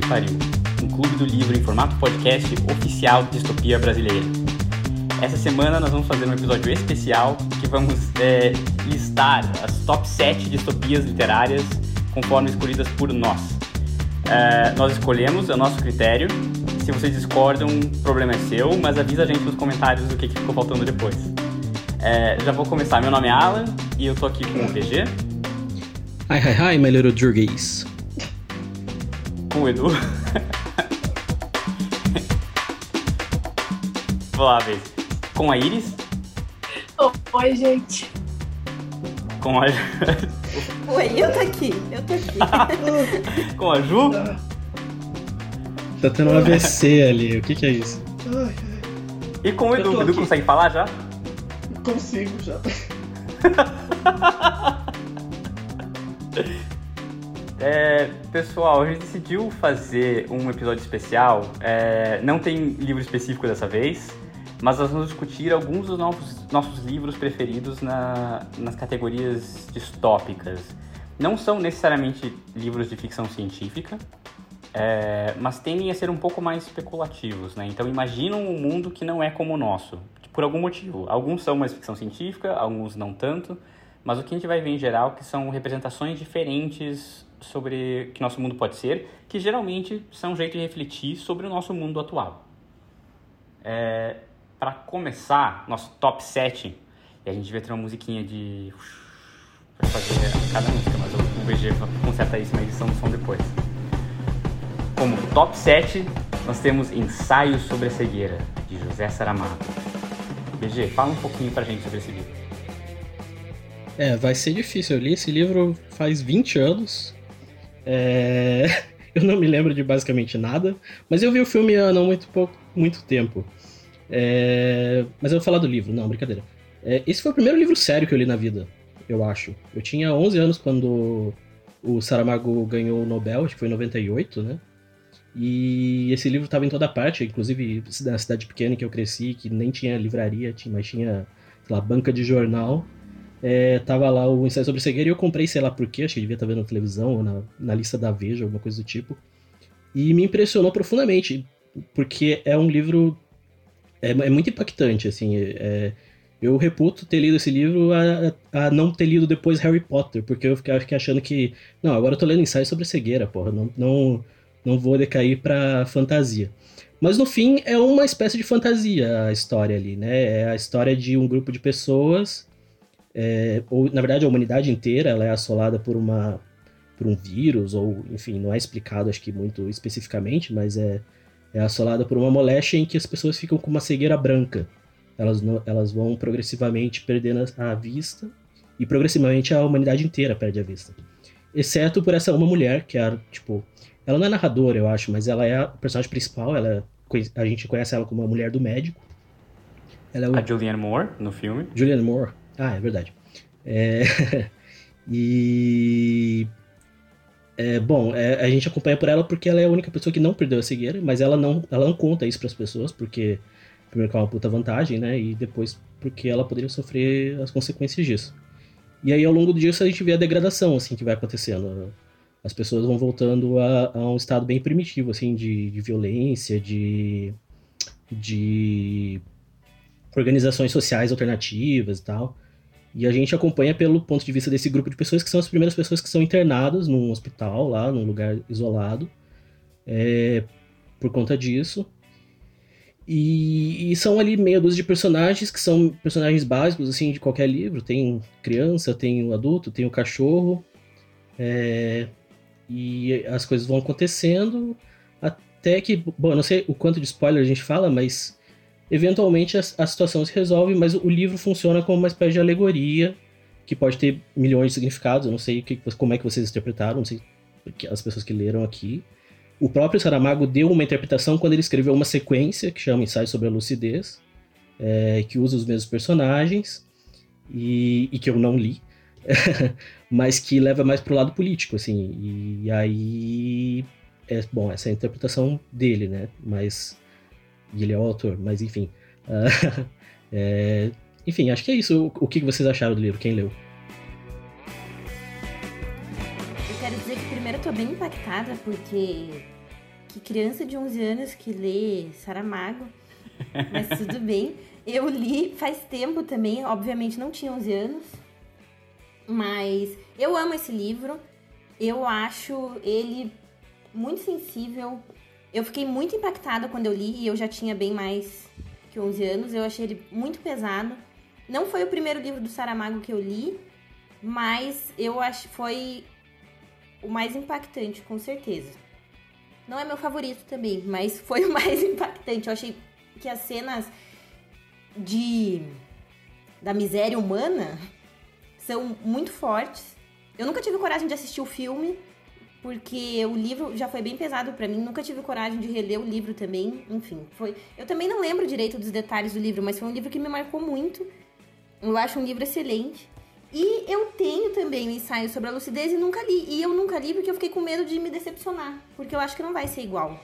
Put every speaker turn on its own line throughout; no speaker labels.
Pariu, um clube do livro em formato podcast oficial de distopia brasileira. Essa semana nós vamos fazer um episódio especial que vamos listar as top 7 distopias literárias conforme escolhidas por nós. Nós escolhemos, é o nosso critério. Se vocês discordam, o problema é seu, mas avisa a gente nos comentários o que ficou faltando depois. Já vou começar. Meu nome é Alan e eu tô aqui com o PG.
Hi, my little druggies.
Com o Edu. Vou lá, vez. Com a Iris.
Oi, gente.
Com a...
Oi, eu tô aqui.
Com a Ju.
Tá tendo um AVC ali, o que é isso?
E com o Edu. O Edu consegue falar já?
Consigo já.
Pessoal, a gente decidiu fazer um episódio especial. Não tem livro específico dessa vez, mas nós vamos discutir alguns dos nossos livros preferidos nas categorias distópicas. Não são necessariamente livros de ficção científica, mas tendem a ser um pouco mais especulativos, né? Então imaginam um mundo que não é como o nosso, por algum motivo. Alguns são mais ficção científica, alguns não tanto, mas o que a gente vai ver em geral que são representações diferentes sobre o que nosso mundo pode ser, que geralmente são um jeito de refletir sobre o nosso mundo atual. Para começar, nosso top 7, e a gente vai ter uma musiquinha de... para fazer cada música, mas o VG conserta isso na edição do som depois. Como top 7, nós temos Ensaio sobre a Cegueira, de José Saramago. VG, fala um pouquinho pra gente sobre esse livro.
Vai ser difícil. Eu li esse livro faz 20 anos. Eu não me lembro de basicamente nada, mas eu vi o filme há não muito tempo. Mas eu vou falar do livro, não, brincadeira. Esse foi o primeiro livro sério que eu li na vida, eu acho. Eu tinha 11 anos quando o Saramago ganhou o Nobel, acho que foi em 98, né? E esse livro estava em toda parte, inclusive na cidade pequena em que eu cresci, que nem tinha livraria, mas tinha, sei lá, banca de jornal. Tava lá o Ensaio sobre Cegueira e eu comprei, sei lá por quê, acho que devia estar vendo na televisão ou na lista da Veja, alguma coisa do tipo. E me impressionou profundamente, porque é um livro muito impactante, assim. Eu reputo ter lido esse livro a não ter lido depois Harry Potter, porque eu fiquei achando que, não, agora eu tô lendo Ensaio sobre Cegueira, porra, não vou decair pra fantasia. Mas no fim é uma espécie de fantasia a história ali, né? É a história de um grupo de pessoas, ou na verdade a humanidade inteira, ela é assolada por um vírus, ou enfim, não é explicado acho que muito especificamente, mas é assolada por uma moléstia em que as pessoas ficam com uma cegueira branca. Elas vão progressivamente perdendo a vista, e progressivamente a humanidade inteira perde a vista. Exceto por essa uma mulher, que é, tipo... Ela não é narradora, eu acho, mas ela é a personagem principal. A gente conhece ela como a mulher do médico. Ela é
a Julianne Moore, no filme.
Julianne Moore. Ah, é verdade. A gente acompanha por ela porque ela é a única pessoa que não perdeu a cegueira, mas ela não conta isso para as pessoas, porque, primeiro, que é uma puta vantagem, né? E depois, porque ela poderia sofrer as consequências disso. E aí, ao longo do dia, a gente vê a degradação, assim, que vai acontecendo. As pessoas vão voltando a um estado bem primitivo, assim, de violência, de organizações sociais alternativas e tal. E a gente acompanha pelo ponto de vista desse grupo de pessoas, que são as primeiras pessoas que são internadas num hospital, lá, num lugar isolado, por conta disso. E são ali meia dúzia de personagens, que são personagens básicos, assim, de qualquer livro. Tem criança, tem o adulto, tem o cachorro... E as coisas vão acontecendo até que... Bom, eu não sei o quanto de spoiler a gente fala, mas eventualmente a situação se resolve, mas o livro funciona como uma espécie de alegoria que pode ter milhões de significados. Eu não sei como é que vocês interpretaram, não sei as pessoas que leram aqui. O próprio Saramago deu uma interpretação quando ele escreveu uma sequência que chama Ensaio sobre a Lucidez, que usa os mesmos personagens e que eu não li. Mas que leva mais pro lado político, assim, e aí essa é a interpretação dele, né, mas e ele é o autor, mas enfim, enfim, acho que é isso. O que vocês acharam do livro, quem leu?
Eu quero dizer que primeiro eu tô bem impactada porque que criança de 11 anos que lê Saramago, mas tudo bem. Eu li faz tempo também, obviamente não tinha 11 anos, mas eu amo esse livro, eu acho ele muito sensível. Eu fiquei muito impactada quando eu li, e eu já tinha bem mais que 11 anos, eu achei ele muito pesado. Não foi o primeiro livro do Saramago que eu li, mas eu acho que foi o mais impactante, com certeza. Não é meu favorito também, mas foi o mais impactante. Eu achei que as cenas da miséria humana são muito fortes. Eu nunca tive coragem de assistir o filme, porque o livro já foi bem pesado pra mim. Nunca tive coragem de reler o livro também. Enfim, eu também não lembro direito dos detalhes do livro, mas foi um livro que me marcou muito. Eu acho um livro excelente. E eu tenho também um ensaio sobre a lucidez e nunca li. E eu nunca li porque eu fiquei com medo de me decepcionar, porque eu acho que não vai ser igual.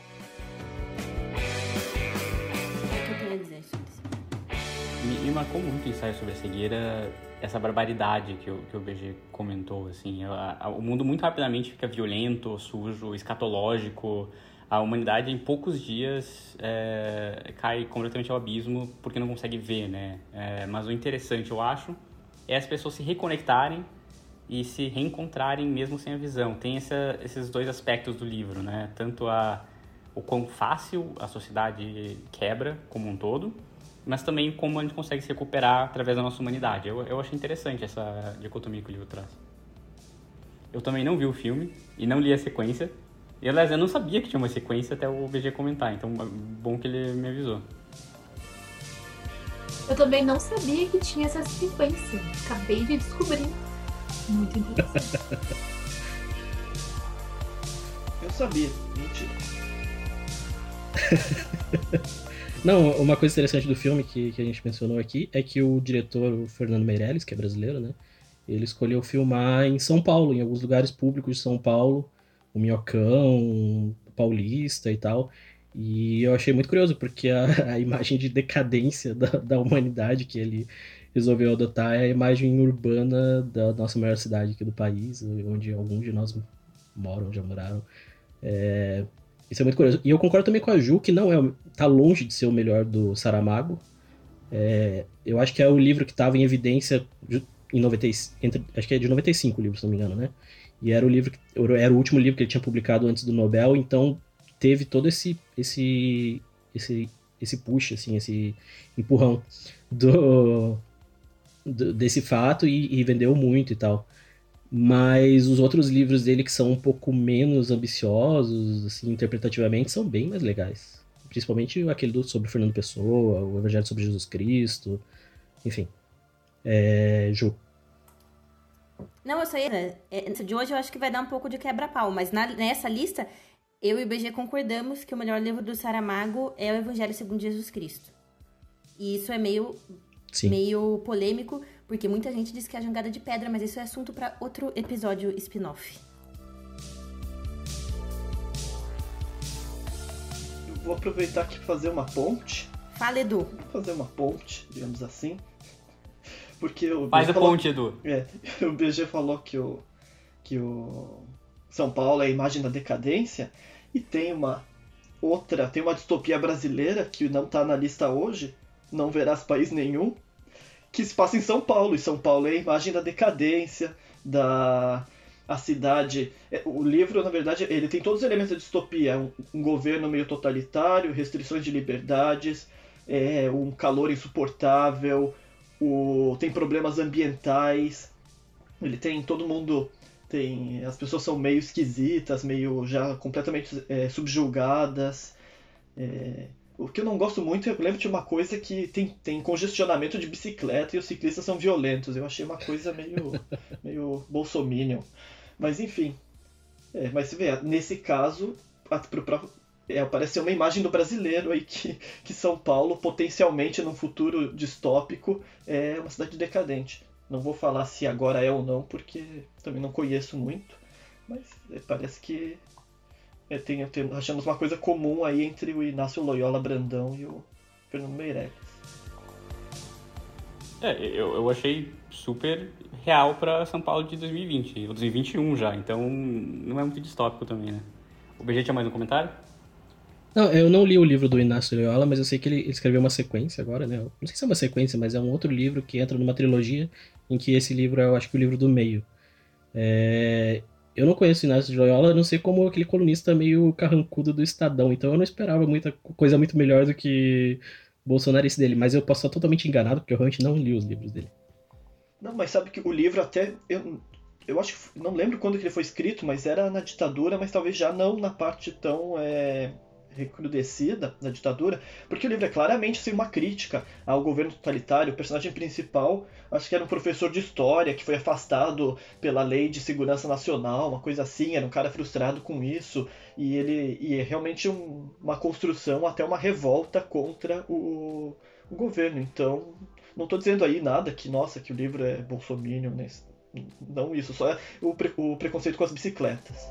É o que eu tenho a dizer sobre isso.
Me marcou muito o ensaio sobre a cegueira, essa barbaridade que o BG comentou, assim. O mundo muito rapidamente fica violento, sujo, escatológico. A humanidade, em poucos dias, cai completamente ao abismo porque não consegue ver, né? Mas o interessante, eu acho, é as pessoas se reconectarem e se reencontrarem mesmo sem a visão. Tem esses dois aspectos do livro, né? Tanto o quão fácil a sociedade quebra como um todo, mas também como a gente consegue se recuperar através da nossa humanidade. Eu achei interessante essa dicotomia que o livro traz. Eu também não vi o filme e não li a sequência. E, aliás, eu não sabia que tinha uma sequência até o BG comentar, então é bom que ele me avisou.
Eu também não sabia que tinha essa sequência. Acabei de descobrir. Muito interessante.
Eu sabia, mentira.
Não, uma coisa interessante do filme que a gente mencionou aqui é que o diretor, o Fernando Meirelles, que é brasileiro, né? Ele escolheu filmar em São Paulo, em alguns lugares públicos de São Paulo, o Minhocão, Paulista e tal. E eu achei muito curioso, porque a imagem de decadência da humanidade que ele resolveu adotar é a imagem urbana da nossa maior cidade aqui do país, onde alguns de nós moram, já moraram. Isso é muito curioso. E eu concordo também com a Ju, que tá longe de ser o melhor do Saramago. Eu acho que é o livro que estava em evidência em 90, acho que é de 95 o livro, se não me engano, né? E era o último livro que ele tinha publicado antes do Nobel, então teve todo esse push, assim, esse empurrão desse fato e vendeu muito e tal. Mas os outros livros dele que são um pouco menos ambiciosos, assim, interpretativamente, são bem mais legais. Principalmente aquele sobre Fernando Pessoa, o Evangelho sobre Jesus Cristo, enfim. Ju.
Não, eu só ia... Essa de hoje eu acho que vai dar um pouco de quebra-pau, mas nessa lista, eu e o BG concordamos que o melhor livro do Saramago é o Evangelho segundo Jesus Cristo. E isso é meio polêmico, porque muita gente diz que é a Jangada de Pedra, mas isso é assunto para outro episódio spin-off.
Eu vou aproveitar aqui para fazer uma ponte.
Fala, Edu.
Vou fazer uma ponte, digamos assim. Porque o
Faz a ponte, Edu.
O BG falou que o São Paulo é a imagem da decadência, e tem uma distopia brasileira que não está na lista hoje, Não Verás País Nenhum, que se passa em São Paulo, e São Paulo é a imagem da decadência, a cidade... O livro, na verdade, ele tem todos os elementos da distopia, um governo meio totalitário, restrições de liberdades, um calor insuportável, tem problemas ambientais, as pessoas são meio esquisitas, meio já completamente subjugadas. O que eu não gosto muito, eu lembro de uma coisa que tem congestionamento de bicicleta e os ciclistas são violentos. Eu achei uma coisa meio bolsominion. Mas enfim. Mas você vê, nesse caso, parece ser uma imagem do brasileiro aí que São Paulo, potencialmente num futuro distópico, é uma cidade decadente. Não vou falar se agora é ou não, porque também não conheço muito. Mas parece que achamos uma coisa comum aí entre o Inácio Loyola Brandão e o Fernando Meirelles.
Eu achei super real para São Paulo de 2020, ou 2021 já, então não é muito distópico também, né? O BG tinha mais um comentário?
Não, eu não li o livro do Inácio Loyola, mas eu sei que ele escreveu uma sequência agora, né? Não sei se é uma sequência, mas é um outro livro que entra numa trilogia, em que esse livro é, eu acho que o livro do meio. Eu não conheço o Inácio de Loyola, a não sei como aquele colunista meio carrancudo do Estadão, então eu não esperava muita coisa muito melhor do que o bolsonarista dele, mas eu posso estar totalmente enganado, porque eu realmente não li os livros dele.
Não, mas sabe que o livro até. Eu acho que. Não lembro quando que ele foi escrito, mas era na ditadura, mas talvez já não na parte tão recrudescida da ditadura, porque o livro é claramente assim, uma crítica ao governo totalitário. O personagem principal, acho que era um professor de história que foi afastado pela Lei de Segurança Nacional, uma coisa assim, era um cara frustrado com isso, e é realmente uma construção, até uma revolta contra o governo. Então, não estou dizendo aí nada que, nossa, que o livro é bolsominion, né? Não isso, só é o preconceito com as bicicletas.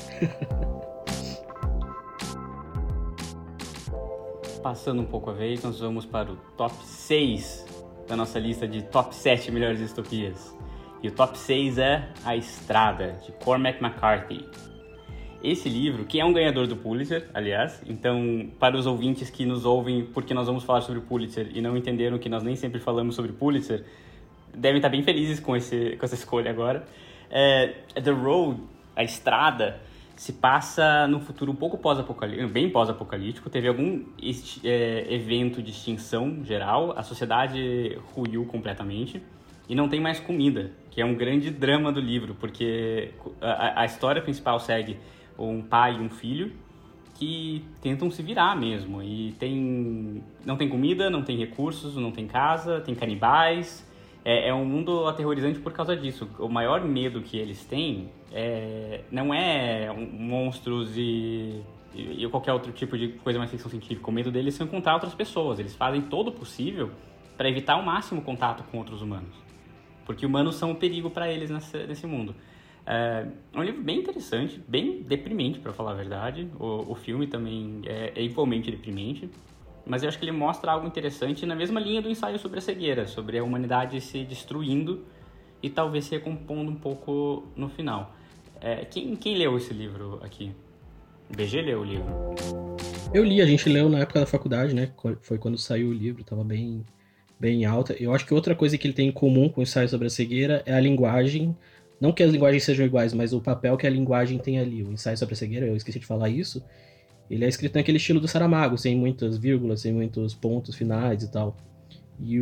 Passando um pouco a vez, nós vamos para o top 6 da nossa lista de top 7 melhores distopias. E o top 6 é A Estrada, de Cormac McCarthy. Esse livro, que é um ganhador do Pulitzer, aliás, então, para os ouvintes que nos ouvem porque nós vamos falar sobre o Pulitzer e não entenderam que nós nem sempre falamos sobre Pulitzer, devem estar bem felizes com essa escolha agora. The Road, A Estrada, se passa num futuro um pouco bem pós-apocalíptico. Teve algum evento de extinção geral, a sociedade ruiu completamente e não tem mais comida, que é um grande drama do livro, porque a história principal segue um pai e um filho que tentam se virar mesmo, e não tem comida, não tem recursos, não tem casa, tem canibais. É um mundo aterrorizante por causa disso. O maior medo que eles têm não é monstros e qualquer outro tipo de coisa mais ficção científica. O medo deles é encontrar outras pessoas. Eles fazem todo o possível para evitar ao máximo o contato com outros humanos, porque humanos são um perigo para eles nesse mundo. É um livro bem interessante, bem deprimente, para falar a verdade. O filme também é igualmente deprimente, mas eu acho que ele mostra algo interessante na mesma linha do ensaio sobre a cegueira, sobre a humanidade se destruindo e talvez se recompondo um pouco no final. Quem leu esse livro aqui? O BG leu o livro?
Eu li, a gente leu na época da faculdade, né? Foi quando saiu o livro, tava bem, bem alta. Eu acho que outra coisa que ele tem em comum com o ensaio sobre a cegueira é a linguagem. Não que as linguagens sejam iguais, mas o papel que a linguagem tem ali. O ensaio sobre a cegueira, eu esqueci de falar isso, ele é escrito naquele estilo do Saramago, sem muitas vírgulas, sem muitos pontos finais e tal. E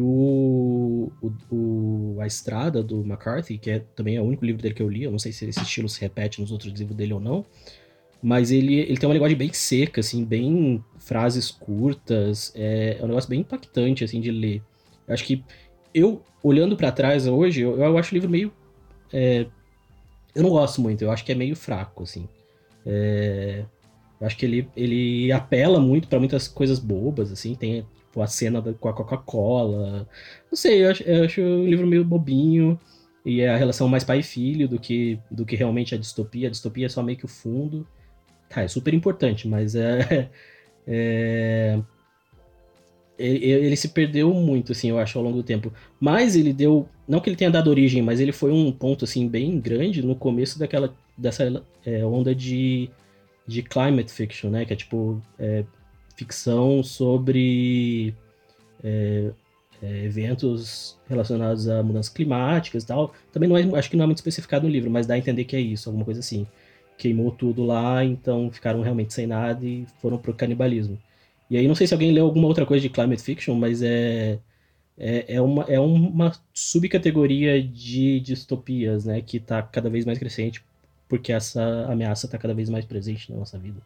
A Estrada, do McCarthy, que também é o único livro dele que eu li, eu não sei se esse estilo se repete nos outros livros dele ou não, mas ele tem uma linguagem bem seca, assim, bem frases curtas, é um negócio bem impactante, assim, de ler. Eu acho que olhando pra trás hoje, eu acho o livro meio... eu não gosto muito, eu acho que é meio fraco, assim. Eu acho que ele apela muito pra muitas coisas bobas, assim, tem a cena com a Coca-Cola. Não sei, eu acho o livro meio bobinho, e é a relação mais pai e filho do que realmente a distopia. A distopia é só meio que o fundo. Tá, é super importante, mas ele se perdeu muito, assim, eu acho, ao longo do tempo. Mas ele deu... Não que ele tenha dado origem, mas ele foi um ponto, assim, bem grande no começo dessa onda de climate fiction, né? Que é tipo ficção sobre eventos relacionados a mudanças climáticas e tal. Também acho que não é muito especificado no livro, mas dá a entender que é isso, alguma coisa assim. Queimou tudo lá, então ficaram realmente sem nada e foram pro canibalismo. E aí não sei se alguém leu alguma outra coisa de climate fiction, mas é uma subcategoria de distopias, né? Que tá cada vez mais crescente, porque essa ameaça está cada vez mais presente na nossa vida.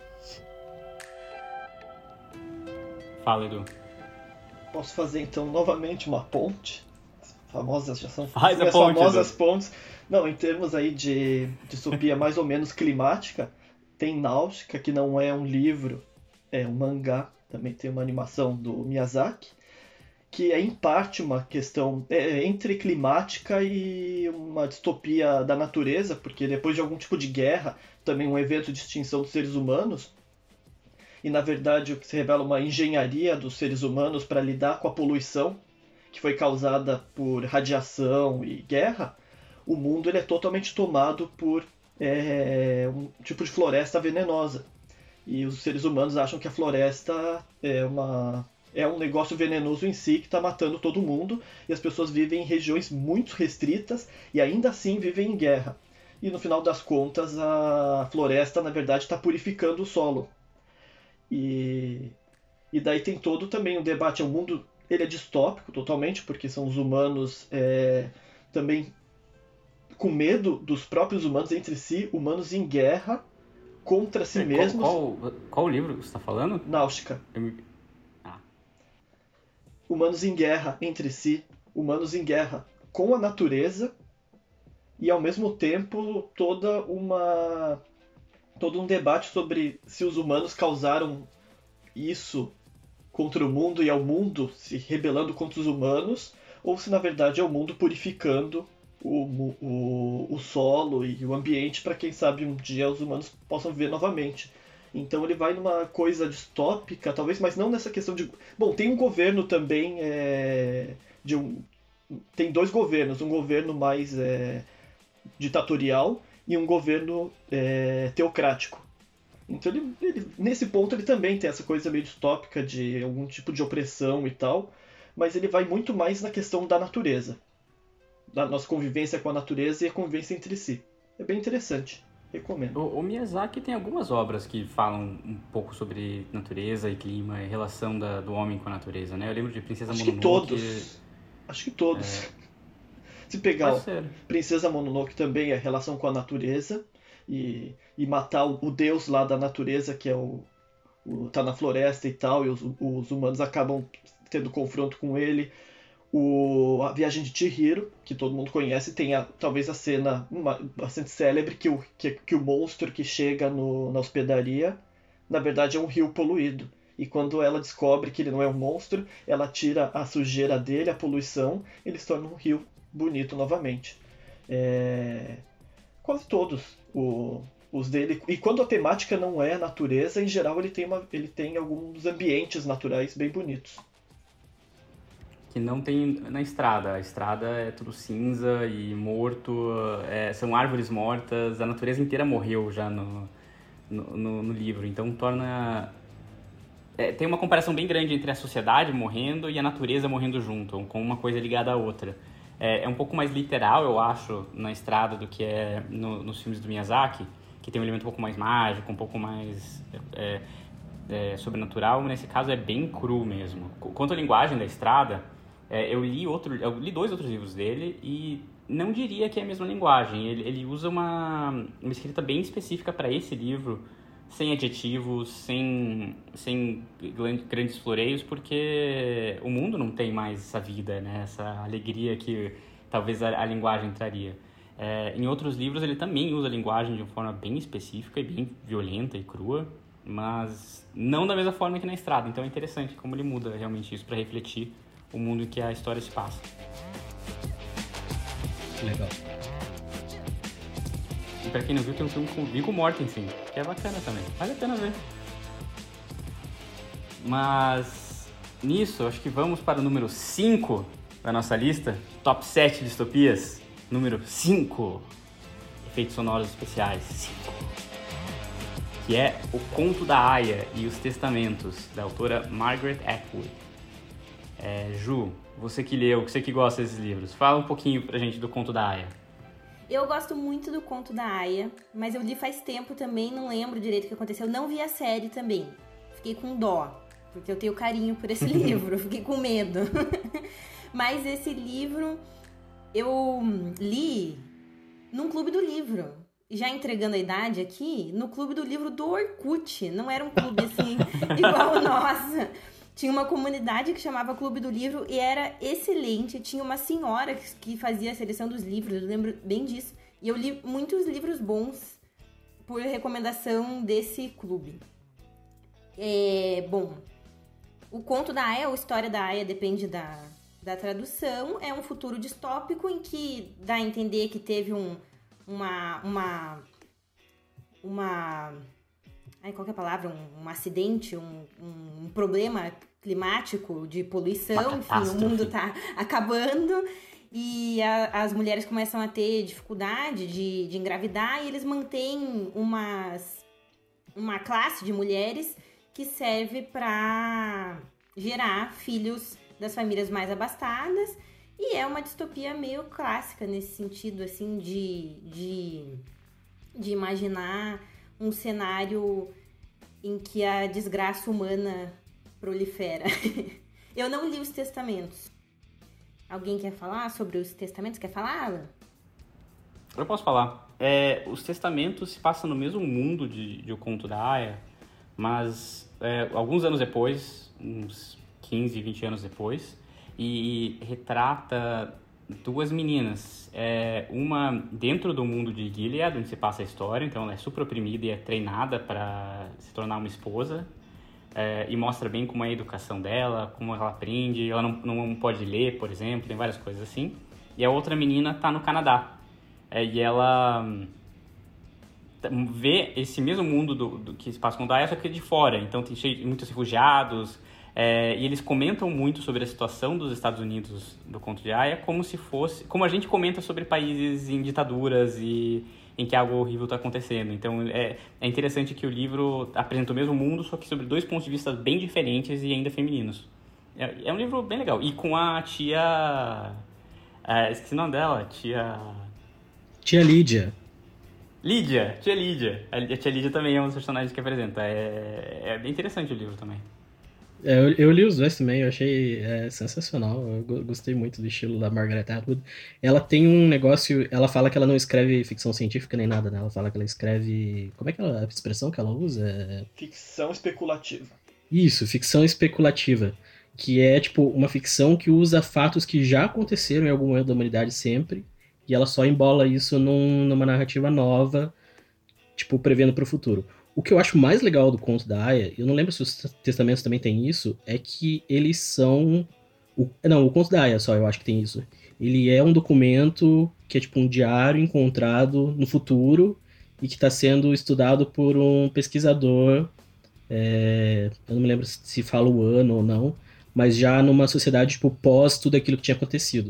Fala, Edu.
Posso fazer então novamente uma ponte? Famosas já são
Faz a ponte,
famosas
Edu.
pontes. Não, em termos aí de distopia mais ou menos climática, tem Náutica, que não é um livro, é um mangá, também tem uma animação do Miyazaki, que é em parte uma questão entre climática e uma distopia da natureza, porque depois de algum tipo de guerra, também um evento de extinção dos seres humanos, e na verdade o que se revela uma engenharia dos seres humanos para lidar com a poluição que foi causada por radiação e guerra, o mundo ele é totalmente tomado por um tipo de floresta venenosa. E os seres humanos acham que a floresta é um negócio venenoso em si que está matando todo mundo, e as pessoas vivem em regiões muito restritas e ainda assim vivem em guerra. E no final das contas, a floresta, na verdade, está purificando o solo. E daí tem todo também um debate. O mundo ele é distópico totalmente, porque são os humanos também com medo dos próprios humanos entre si, humanos em guerra contra si mesmos.
Qual livro você está falando?
Náutica. Humanos em guerra entre si, humanos em guerra com a natureza, e ao mesmo tempo todo um debate sobre se os humanos causaram isso contra o mundo e é o mundo se rebelando contra os humanos, ou se na verdade é o mundo purificando o solo e o ambiente para quem sabe um dia os humanos possam viver novamente. Então ele vai numa coisa distópica, talvez, mas não nessa questão de... Bom, tem um governo também tem dois governos, um governo mais ditatorial e um governo teocrático. Então nesse ponto ele também tem essa coisa meio distópica de algum tipo de opressão e tal, mas ele vai muito mais na questão da natureza, da nossa convivência com a natureza e a convivência entre si. É bem interessante. Recomendo.
O Miyazaki tem algumas obras que falam um pouco sobre natureza e clima e relação do homem com a natureza, né? Eu lembro de Princesa Mononoke.
Acho que todos. Se pegar Princesa Mononoke também é relação com a natureza e matar o deus lá da natureza, que é tá na floresta e tal, e os humanos acabam tendo confronto com ele. A Viagem de Chihiro, que todo mundo conhece, tem talvez a cena bastante célebre que o monstro que chega na hospedaria, na verdade é um rio poluído. E quando ela descobre que ele não é um monstro, ela tira a sujeira dele, a poluição, e ele se torna um rio bonito novamente. Quase todos os dele. E quando a temática não é natureza, em geral ele tem alguns ambientes naturais bem bonitos.
Que não tem na estrada. A estrada é tudo cinza e morto, são árvores mortas, a natureza inteira morreu já no livro. Então torna... tem uma comparação bem grande entre a sociedade morrendo e a natureza morrendo junto, com uma coisa ligada à outra. É um pouco mais literal, eu acho, na estrada do que é nos filmes do Miyazaki, que tem um elemento um pouco mais mágico, um pouco mais sobrenatural. Nesse caso é bem cru mesmo. Quanto à linguagem da estrada... Eu li 2 outros livros dele e não diria que é a mesma linguagem. Ele usa uma escrita bem específica para esse livro, sem adjetivos, sem grandes floreios, porque o mundo não tem mais essa vida, né? Essa alegria que talvez a linguagem traria. Em outros livros ele também usa a linguagem de uma forma bem específica e bem violenta e crua, mas não da mesma forma que na estrada. Então é interessante como ele muda realmente isso para refletir o mundo em que a história se passa.
Legal.
E pra quem não viu, tem um filme com Viggo Mortensen, que é bacana também. Vale a pena ver. Mas nisso, acho que vamos para o número 5 da nossa lista. Top 7 distopias. Número 5. Efeitos sonoros especiais. 5. Que é O Conto da Aia e os Testamentos, da autora Margaret Atwood. Ju, você que leu, você que gosta desses livros, fala um pouquinho pra gente do Conto da Aia.
Eu gosto muito do Conto da Aia, mas eu li faz tempo também, não lembro direito o que aconteceu. Não vi a série também, fiquei com dó, porque eu tenho carinho por esse livro, fiquei com medo. Mas esse livro eu li num clube do livro. Já entregando a idade aqui, no clube do livro do Orkut. Não era um clube assim, igual o nosso. Tinha uma comunidade que chamava Clube do Livro e era excelente. Tinha uma senhora que fazia a seleção dos livros, eu lembro bem disso. E eu li muitos livros bons por recomendação desse clube. Bom, o Conto da Aia, ou História da Aia, depende da tradução. É um futuro distópico em que dá a entender que teve qual que é a palavra? Um acidente, um problema climático de poluição, enfim, o mundo tá acabando e as mulheres começam a ter dificuldade de engravidar e eles mantêm uma classe de mulheres que serve para gerar filhos das famílias mais abastadas, e é uma distopia meio clássica nesse sentido, assim, de imaginar um cenário em que a desgraça humana prolifera. Eu não li os testamentos. Alguém quer falar sobre os testamentos? Quer falar, Alan?
Eu posso falar. Os testamentos se passam no mesmo mundo de O Conto da Aia, mas alguns anos depois, uns 15, 20 anos depois, e retrata duas meninas. Uma dentro do mundo de Gilead, onde se passa a história, então ela é super oprimida e é treinada para se tornar uma esposa, e mostra bem como é a educação dela, como ela aprende, ela não pode ler, por exemplo, tem várias coisas assim. E a outra menina está no Canadá, e ela vê esse mesmo mundo do que se passa com o Daia, só que de fora. Então tem muitos refugiados, e eles comentam muito sobre a situação dos Estados Unidos do Conto de Aia, como a gente comenta sobre países em ditaduras e em que algo horrível está acontecendo. Então é interessante que o livro apresenta o mesmo mundo, só que sobre dois pontos de vista bem diferentes e ainda femininos. É um livro bem legal. E com a tia... esqueci o nome dela.
Tia Lídia.
Tia Lídia. A tia Lídia também é um dos personagens que apresenta. É bem interessante o livro também.
Eu li os dois também, eu achei sensacional. Eu gostei muito do estilo da Margaret Atwood. Ela tem um negócio, ela fala que ela não escreve ficção científica nem nada, né? Ela fala que ela escreve... Como é que a expressão que ela usa?
Ficção especulativa.
Isso, ficção especulativa. Que é, tipo, uma ficção que usa fatos que já aconteceram em algum momento da humanidade sempre, e ela só embola isso numa narrativa nova, tipo, prevendo para o futuro. O que eu acho mais legal do Conto da Aia, eu não lembro se os testamentos também têm isso, é que eles são... o Conto da Aia só, eu acho que tem isso. Ele é um documento que é tipo um diário encontrado no futuro e que está sendo estudado por um pesquisador, eu não me lembro se fala o ano ou não, mas já numa sociedade tipo pós tudo aquilo que tinha acontecido.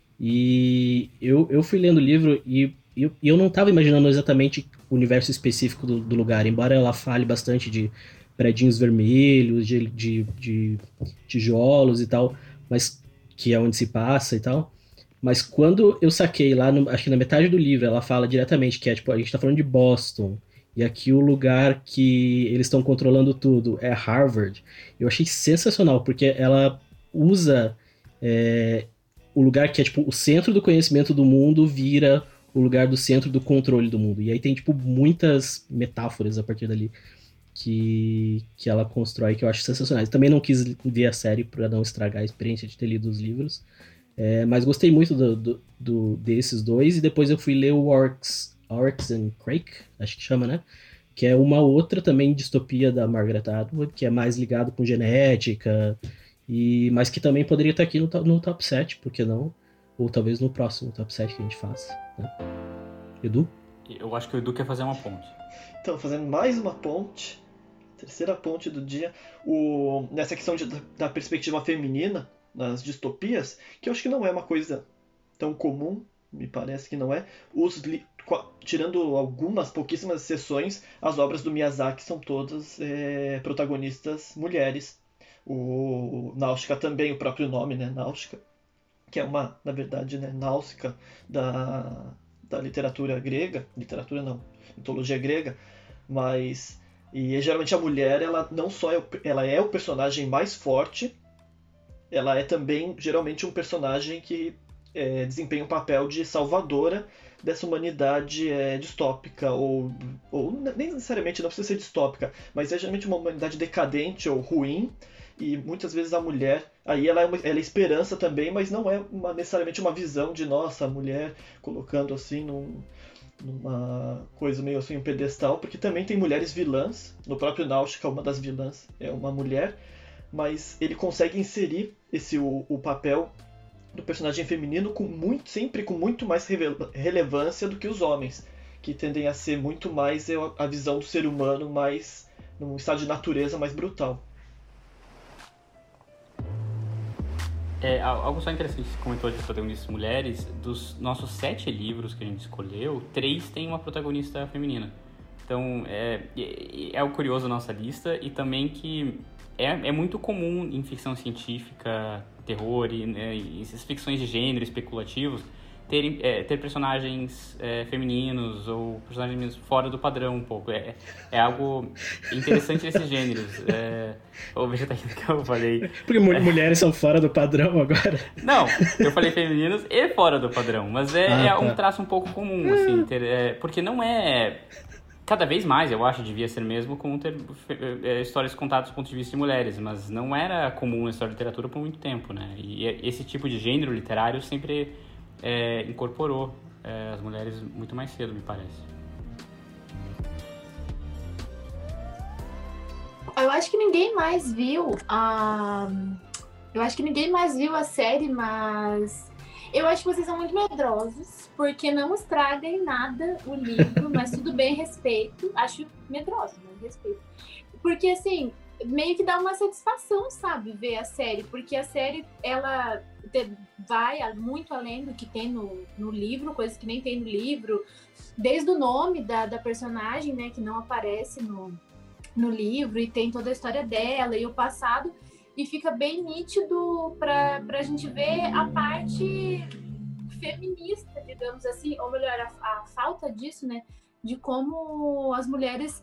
E eu fui lendo o livro e eu não estava imaginando exatamente o universo específico do lugar, embora ela fale bastante de predinhos vermelhos, de tijolos e tal, mas que é onde se passa e tal. Mas quando eu saquei lá, acho que na metade do livro, ela fala diretamente que tipo, a gente está falando de Boston, e aqui o lugar que eles estão controlando tudo é Harvard. Eu achei sensacional, porque ela usa o lugar que é tipo o centro do conhecimento do mundo vira o lugar do centro do controle do mundo. E aí tem tipo muitas metáforas a partir dali que ela constrói que eu acho sensacionais. Também não quis ver a série para não estragar a experiência de ter lido os livros, mas gostei muito desses dois, e depois eu fui ler o Oryx and Crake, acho que chama, né? Que é uma outra também distopia da Margaret Atwood, que é mais ligado com genética, mas que também poderia estar aqui no top 7, por que não? Ou talvez no próximo top 7 que a gente faça, né? Edu?
Eu acho que o Edu quer fazer uma ponte.
Então, fazendo mais uma ponte, terceira ponte do dia, nessa questão da perspectiva feminina nas distopias, que eu acho que não é uma coisa tão comum, me parece que não é. Tirando algumas pouquíssimas exceções, as obras do Miyazaki são todas protagonistas mulheres. O Náusica também, o próprio nome, né, Náusica, que é na verdade, né, Náusica da literatura grega, mitologia grega, e geralmente a mulher, ela não só ela é o personagem mais forte, ela é também geralmente um personagem que desempenha um papel de salvadora dessa humanidade distópica, ou nem necessariamente não precisa ser distópica, mas é geralmente uma humanidade decadente ou ruim. E muitas vezes a mulher, aí ela é esperança também, mas não é necessariamente uma visão de, nossa, a mulher colocando assim numa coisa meio assim, um pedestal, porque também tem mulheres vilãs. No próprio Náusica, uma das vilãs é uma mulher, mas ele consegue inserir o papel do personagem feminino sempre com muito mais relevância do que os homens, que tendem a ser muito mais a visão do ser humano, mais num estado de natureza mais brutal.
Algo só interessante que você comentou de protagonistas mulheres. Dos nossos 7 livros que a gente escolheu, 3 têm uma protagonista feminina. Então, é o curioso da nossa lista, e também que é muito comum em ficção científica, terror e essas ficções de gênero especulativos ter personagens femininos ou personagens fora do padrão um pouco. É algo interessante nesses gêneros. O vegetariano que eu falei.
Porque mulheres são fora do padrão agora.
Não, eu falei femininos e fora do padrão, mas
tá.
Um traço um pouco comum, assim, porque não é... Cada vez mais, eu acho, devia ser mesmo como ter histórias contadas do ponto de vista de mulheres, mas não era comum na história da literatura por muito tempo, né? E esse tipo de gênero literário sempre incorporou as mulheres muito mais cedo, me parece.
Eu acho que ninguém mais viu a série, mas eu acho que vocês são muito medrosos, porque não estraguem nada o livro, mas tudo bem, respeito. Acho medrosos, mas respeito. Porque, assim, meio que dá uma satisfação, sabe, ver a série, porque a série, ela vai muito além do que tem no livro, coisas que nem tem no livro, desde o nome da personagem, né, que não aparece no livro, e tem toda a história dela e o passado, e fica bem nítido pra gente ver a parte feminista, digamos assim, ou melhor, a falta disso, né, de como as mulheres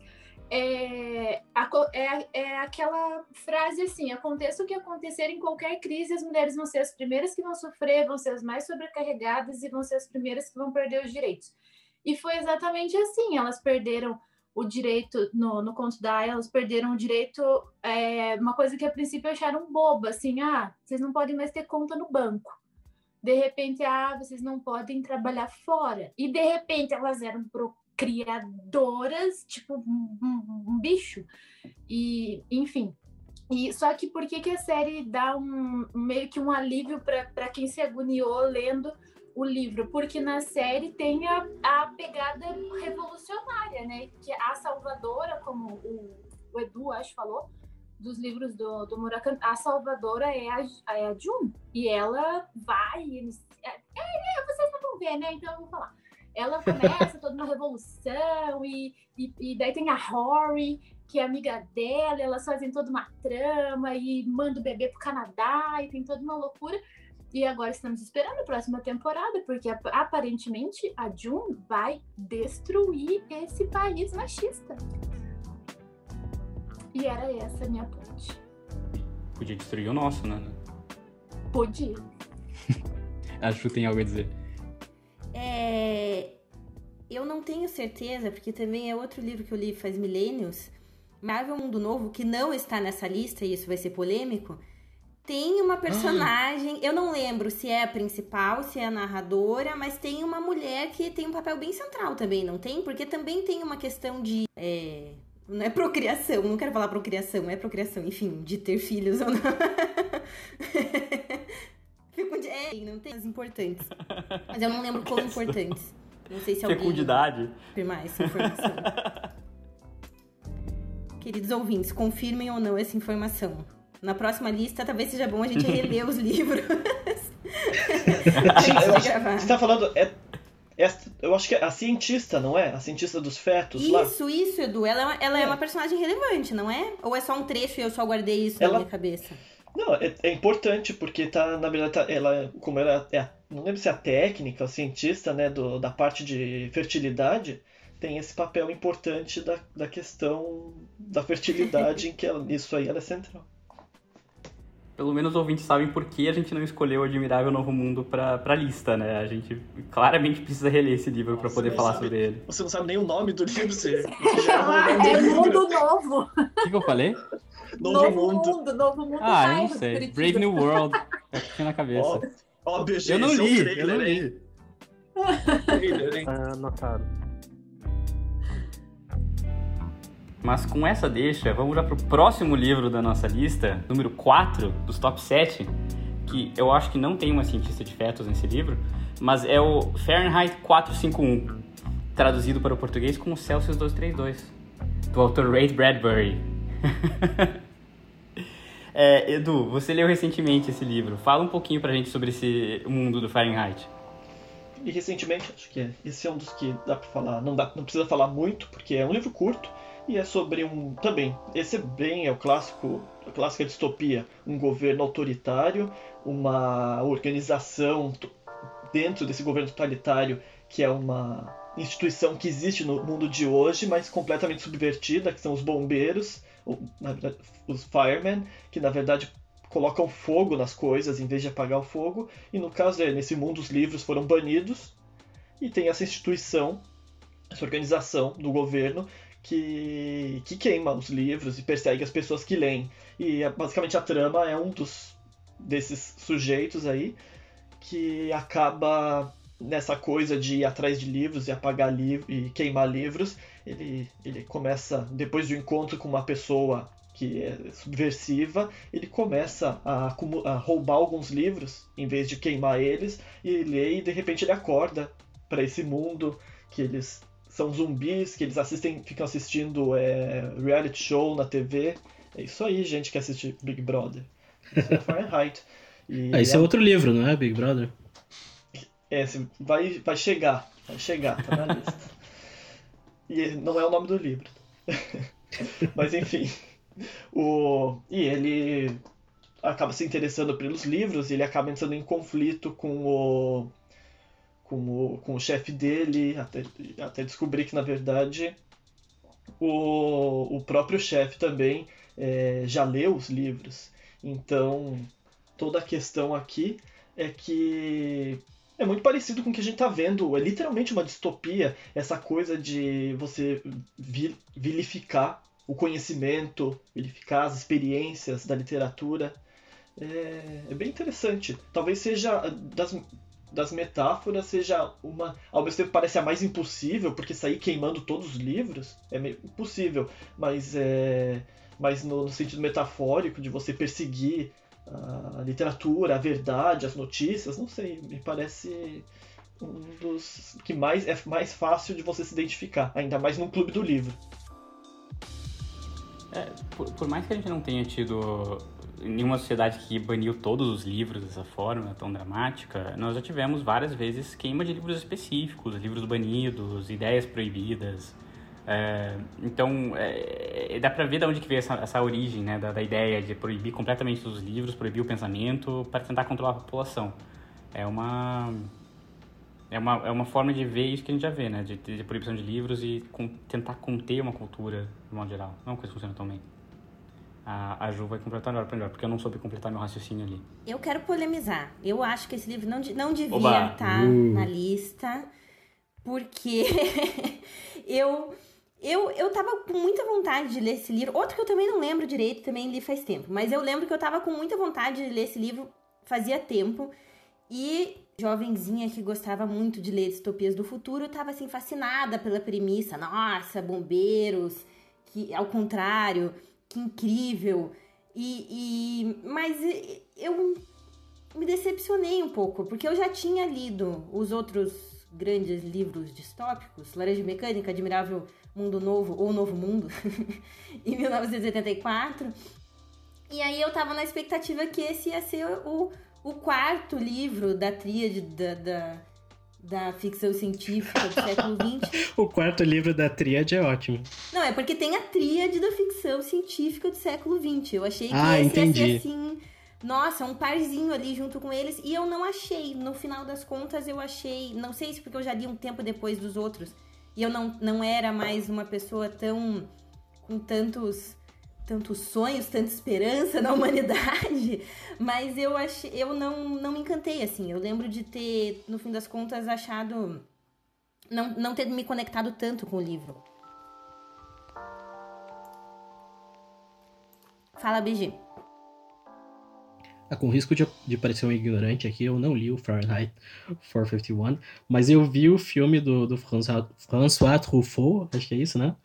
aquela frase assim: aconteça o que acontecer em qualquer crise, as mulheres vão ser as primeiras que vão sofrer, vão ser as mais sobrecarregadas e vão ser as primeiras que vão perder os direitos. E foi exatamente assim, elas perderam o direito, no conto da Aya, elas perderam o direito, uma coisa que a princípio acharam boba, assim, vocês não podem mais ter conta no banco. De repente, vocês não podem trabalhar fora. E de repente elas eram criadoras, tipo um bicho, e enfim. E só que por que a série dá meio que um alívio para quem se agoniou lendo o livro? Porque na série tem a pegada revolucionária, né? Que a salvadora, como o Edu, acho, falou, dos livros do Murakami, a salvadora é a June, e ela vai... vocês não vão ver, né? Então eu vou falar. Ela começa toda uma revolução, e daí tem a Rory, que é amiga dela, elas fazem toda uma trama e manda o bebê pro Canadá, e tem toda uma loucura. E agora estamos esperando a próxima temporada, porque aparentemente a June vai destruir esse país machista. E era essa a minha ponte.
Podia destruir o nosso, né?
Podia.
Acho que tem algo a dizer.
Eu não tenho certeza, porque também é outro livro que eu li faz milênios, Marvel Mundo Novo, que não está nessa lista, e isso vai ser polêmico. Tem uma personagem, eu não lembro se é a principal, se é a narradora, mas tem uma mulher que tem um papel bem central também, não tem? Porque também tem uma questão de... não é procriação, não quero falar procriação, é procriação, enfim, de ter filhos ou não. Não tem as importantes. Mas eu não lembro quão importantes. Não sei se alguém...
Fecundidade.
Confirmar essa informação. Queridos ouvintes, confirmem ou não essa informação. Na próxima lista, talvez seja bom a gente reler os livros.
Você está falando... eu acho que é a cientista, não é? A cientista dos fetos lá.
Isso, Edu. Ela é uma personagem relevante, não é? Ou é só um trecho e eu só guardei isso na minha cabeça?
Não, é importante, porque na verdade, ela, como ela não lembro se é a técnica, a cientista, né, da parte de fertilidade, tem esse papel importante da questão da fertilidade, em que isso aí ela é central.
Pelo menos os ouvintes sabem por que a gente não escolheu o Admirável Novo Mundo pra lista, né? A gente claramente precisa reler esse livro para poder falar sobre ele.
Você não sabe nem o nome do livro, você
já é Mundo Novo.
O que eu falei?
Novo Mundo.
Eu não sei. Brave New World. Eu fiquei na cabeça.
Óbvio, gente.
Eu não li.
Anotado.
Mas com essa deixa, vamos já pro próximo livro da nossa lista, número 4 dos top 7, que eu acho que não tem uma cientista de fetos nesse livro, mas é o Fahrenheit 451, traduzido para o português como Celsius 232, do autor Ray Bradbury. Edu, você leu recentemente esse livro. Fala um pouquinho pra gente sobre esse mundo do Fahrenheit.
e recentemente, acho que esse é um dos que dá pra falar, não precisa falar muito, porque é um livro curto, e é sobre também, esse é a clássica distopia, um governo autoritário, uma organização dentro desse governo totalitário que é uma instituição que existe no mundo de hoje, mas completamente subvertida, que são os bombeiros, na verdade, os firemen, que na verdade colocam fogo nas coisas em vez de apagar o fogo, e no caso nesse mundo os livros foram banidos, e tem essa instituição, essa organização do governo que queima os livros e persegue as pessoas que leem. E basicamente a trama é desses sujeitos aí que acaba nessa coisa de ir atrás de livros e apagar livros e queimar livros. Ele começa, depois do encontro com uma pessoa que é subversiva, ele começa a roubar alguns livros em vez de queimar eles, e lê, e de repente ele acorda para esse mundo que eles são zumbis, que eles ficam assistindo reality show na TV. É isso aí, gente que assiste Big Brother. Isso é Fahrenheit.
Esse é outro livro, não é, Big Brother?
Vai chegar, tá na lista. E não é o nome do livro. Mas enfim. E ele acaba se interessando pelos livros, e ele acaba entrando em conflito com o chefe dele, até descobrir que, na verdade, o próprio chefe também já leu os livros. Então, toda a questão aqui é que é muito parecido com o que a gente está vendo. É literalmente uma distopia, essa coisa de você vilificar o conhecimento, vilificar as experiências da literatura. É bem interessante. Talvez seja das metáforas, seja ao mesmo tempo parece a mais impossível, porque sair queimando todos os livros é meio impossível, mas no sentido metafórico de você perseguir a literatura, a verdade, as notícias, não sei, me parece um dos que é mais fácil de você se identificar, ainda mais num clube do livro.
Por mais que a gente não tenha tido nenhuma sociedade que baniu todos os livros dessa forma tão dramática, nós já tivemos várias vezes queima de livros específicos, livros banidos, ideias proibidas. Então, dá pra ver de onde que veio essa origem, né, da ideia de proibir completamente os livros, proibir o pensamento para tentar controlar a população. É uma forma de ver isso que a gente já vê, né, de proibição de livros e tentar conter uma cultura de modo geral. Não é uma coisa que funciona tão bem. A Ju vai completar melhor, porque eu não soube completar meu raciocínio ali.
Eu quero polemizar. Eu acho que esse livro não devia estar na lista, porque eu tava com muita vontade de ler esse livro. Outro que eu também não lembro direito, também li faz tempo. Mas eu lembro que eu tava com muita vontade de ler esse livro fazia tempo. E jovenzinha que gostava muito de ler distopias do futuro, tava assim fascinada pela premissa. Nossa, bombeiros, que ao contrário, que incrível. Mas eu me decepcionei um pouco, porque eu já tinha lido os outros grandes livros distópicos, Laranja Mecânica, Admirável Mundo Novo, ou Novo Mundo, em 1984. E aí eu tava na expectativa que esse ia ser o quarto livro da tríade da ficção científica do século XX.
O quarto livro da tríade é ótimo.
Não, é porque tem a tríade da ficção científica do século XX. Eu achei que
entendi.
Ia ser assim... Nossa, um parzinho ali junto com eles. E eu não achei. No final das contas, eu achei... Não sei se porque eu já li um tempo depois dos outros. E eu não era mais uma pessoa com tantos sonhos, tanta esperança na humanidade. Mas eu não me encantei, assim. Eu lembro de ter, no fim das contas, achado... Não ter me conectado tanto com o livro. Fala, BG.
Com risco de parecer um ignorante aqui, eu não li o Fahrenheit 451, mas eu vi o filme do François Truffaut, acho que é isso, né?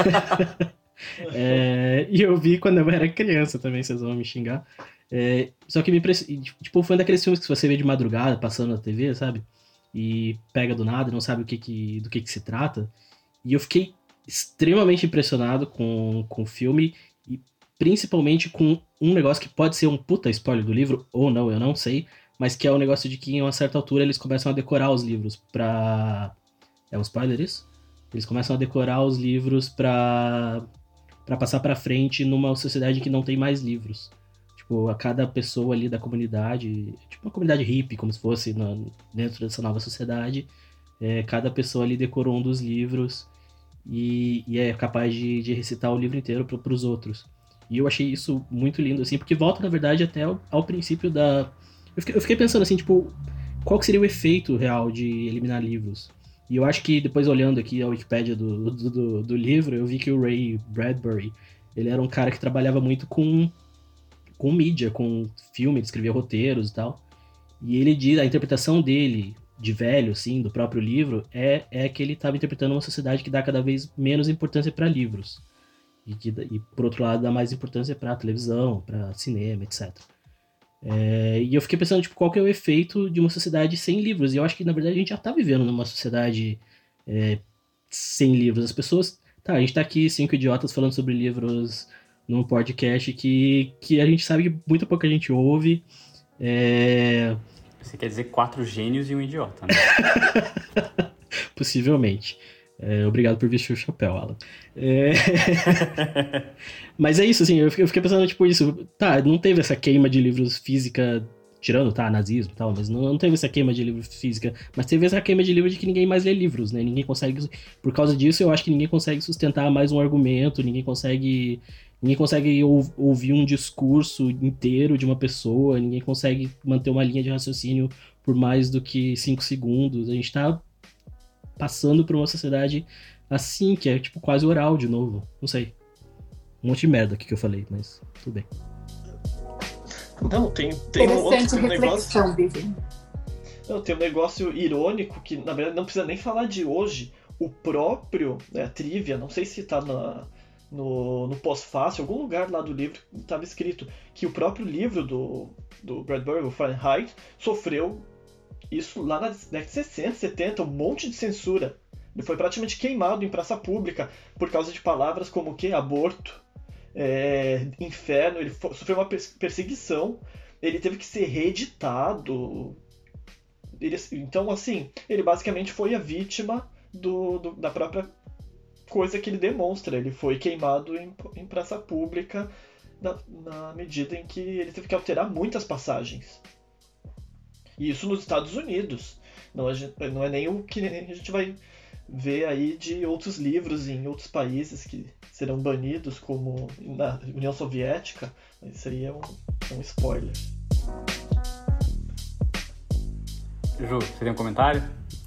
E eu vi quando eu era criança também, vocês vão me xingar. Só que tipo, foi um daqueles filmes que você vê de madrugada, passando na TV, sabe? E pega do nada, não sabe do que se trata. E eu fiquei extremamente impressionado com o filme, e principalmente com um negócio que pode ser um puta spoiler do livro, ou não, eu não sei, mas que é o negócio de que em uma certa altura eles começam a decorar os livros pra... É um spoiler isso? Eles começam a decorar os livros pra passar pra frente numa sociedade que não tem mais livros. Tipo, a cada pessoa ali da comunidade, tipo uma comunidade hippie, como se fosse dentro dessa nova sociedade, cada pessoa ali decorou um dos livros e é capaz de recitar o livro inteiro pros outros. E eu achei isso muito lindo, assim, porque volta, na verdade, até ao princípio da... Eu fiquei pensando, assim, tipo, qual que seria o efeito real de eliminar livros? E eu acho que, depois olhando aqui a Wikipédia do livro, eu vi que o Ray Bradbury, ele era um cara que trabalhava muito com mídia, com filme, ele escrevia roteiros e tal. E ele diz, a interpretação dele, de velho, assim, do próprio livro, é que ele estava interpretando uma sociedade que dá cada vez menos importância para livros. E, por outro lado, dá mais importância para televisão, para cinema, etc. E eu fiquei pensando, tipo, qual que é o efeito de uma sociedade sem livros? E eu acho que, na verdade, a gente já tá vivendo numa sociedade sem livros. As pessoas... Tá, a gente tá aqui, 5 idiotas, falando sobre livros num podcast que a gente sabe que muito pouca gente ouve.
Você quer dizer 4 gênios e um idiota, né?
Possivelmente. Obrigado por vestir o chapéu, Alan. Mas é isso, assim, eu fiquei pensando, tipo, isso. Tá, não teve essa queima de livros física, tirando, tá, nazismo e tal, mas não teve essa queima de livros física, mas teve essa queima de livros de que ninguém mais lê livros, né? Ninguém consegue... Por causa disso, eu acho que ninguém consegue sustentar mais um argumento, ninguém consegue ouvir um discurso inteiro de uma pessoa, ninguém consegue manter uma linha de raciocínio por mais do que 5 segundos. A gente tá passando por uma sociedade assim, que é tipo quase oral de novo. Não sei. Um monte de merda aqui que eu falei, mas tudo bem.
Não, tem um outro negócio. Não, tem um negócio irônico que, na verdade, não precisa nem falar de hoje. O próprio, a trivia, não sei se tá no pós-fácil, algum lugar lá do livro estava escrito que o próprio livro do Bradbury, o Fahrenheit, sofreu isso lá na década de 60, 70, um monte de censura. Ele foi praticamente queimado em praça pública por causa de palavras como o quê? Aborto, inferno. Ele sofreu uma perseguição, ele teve que ser reeditado. Então, assim, ele basicamente foi a vítima da própria coisa que ele demonstra. Ele foi queimado em praça pública na medida em que ele teve que alterar muitas passagens. E isso nos Estados Unidos. Não é nem o que a gente vai ver aí de outros livros em outros países que serão banidos, como na União Soviética. Isso aí é um spoiler.
Ju, você tem um comentário?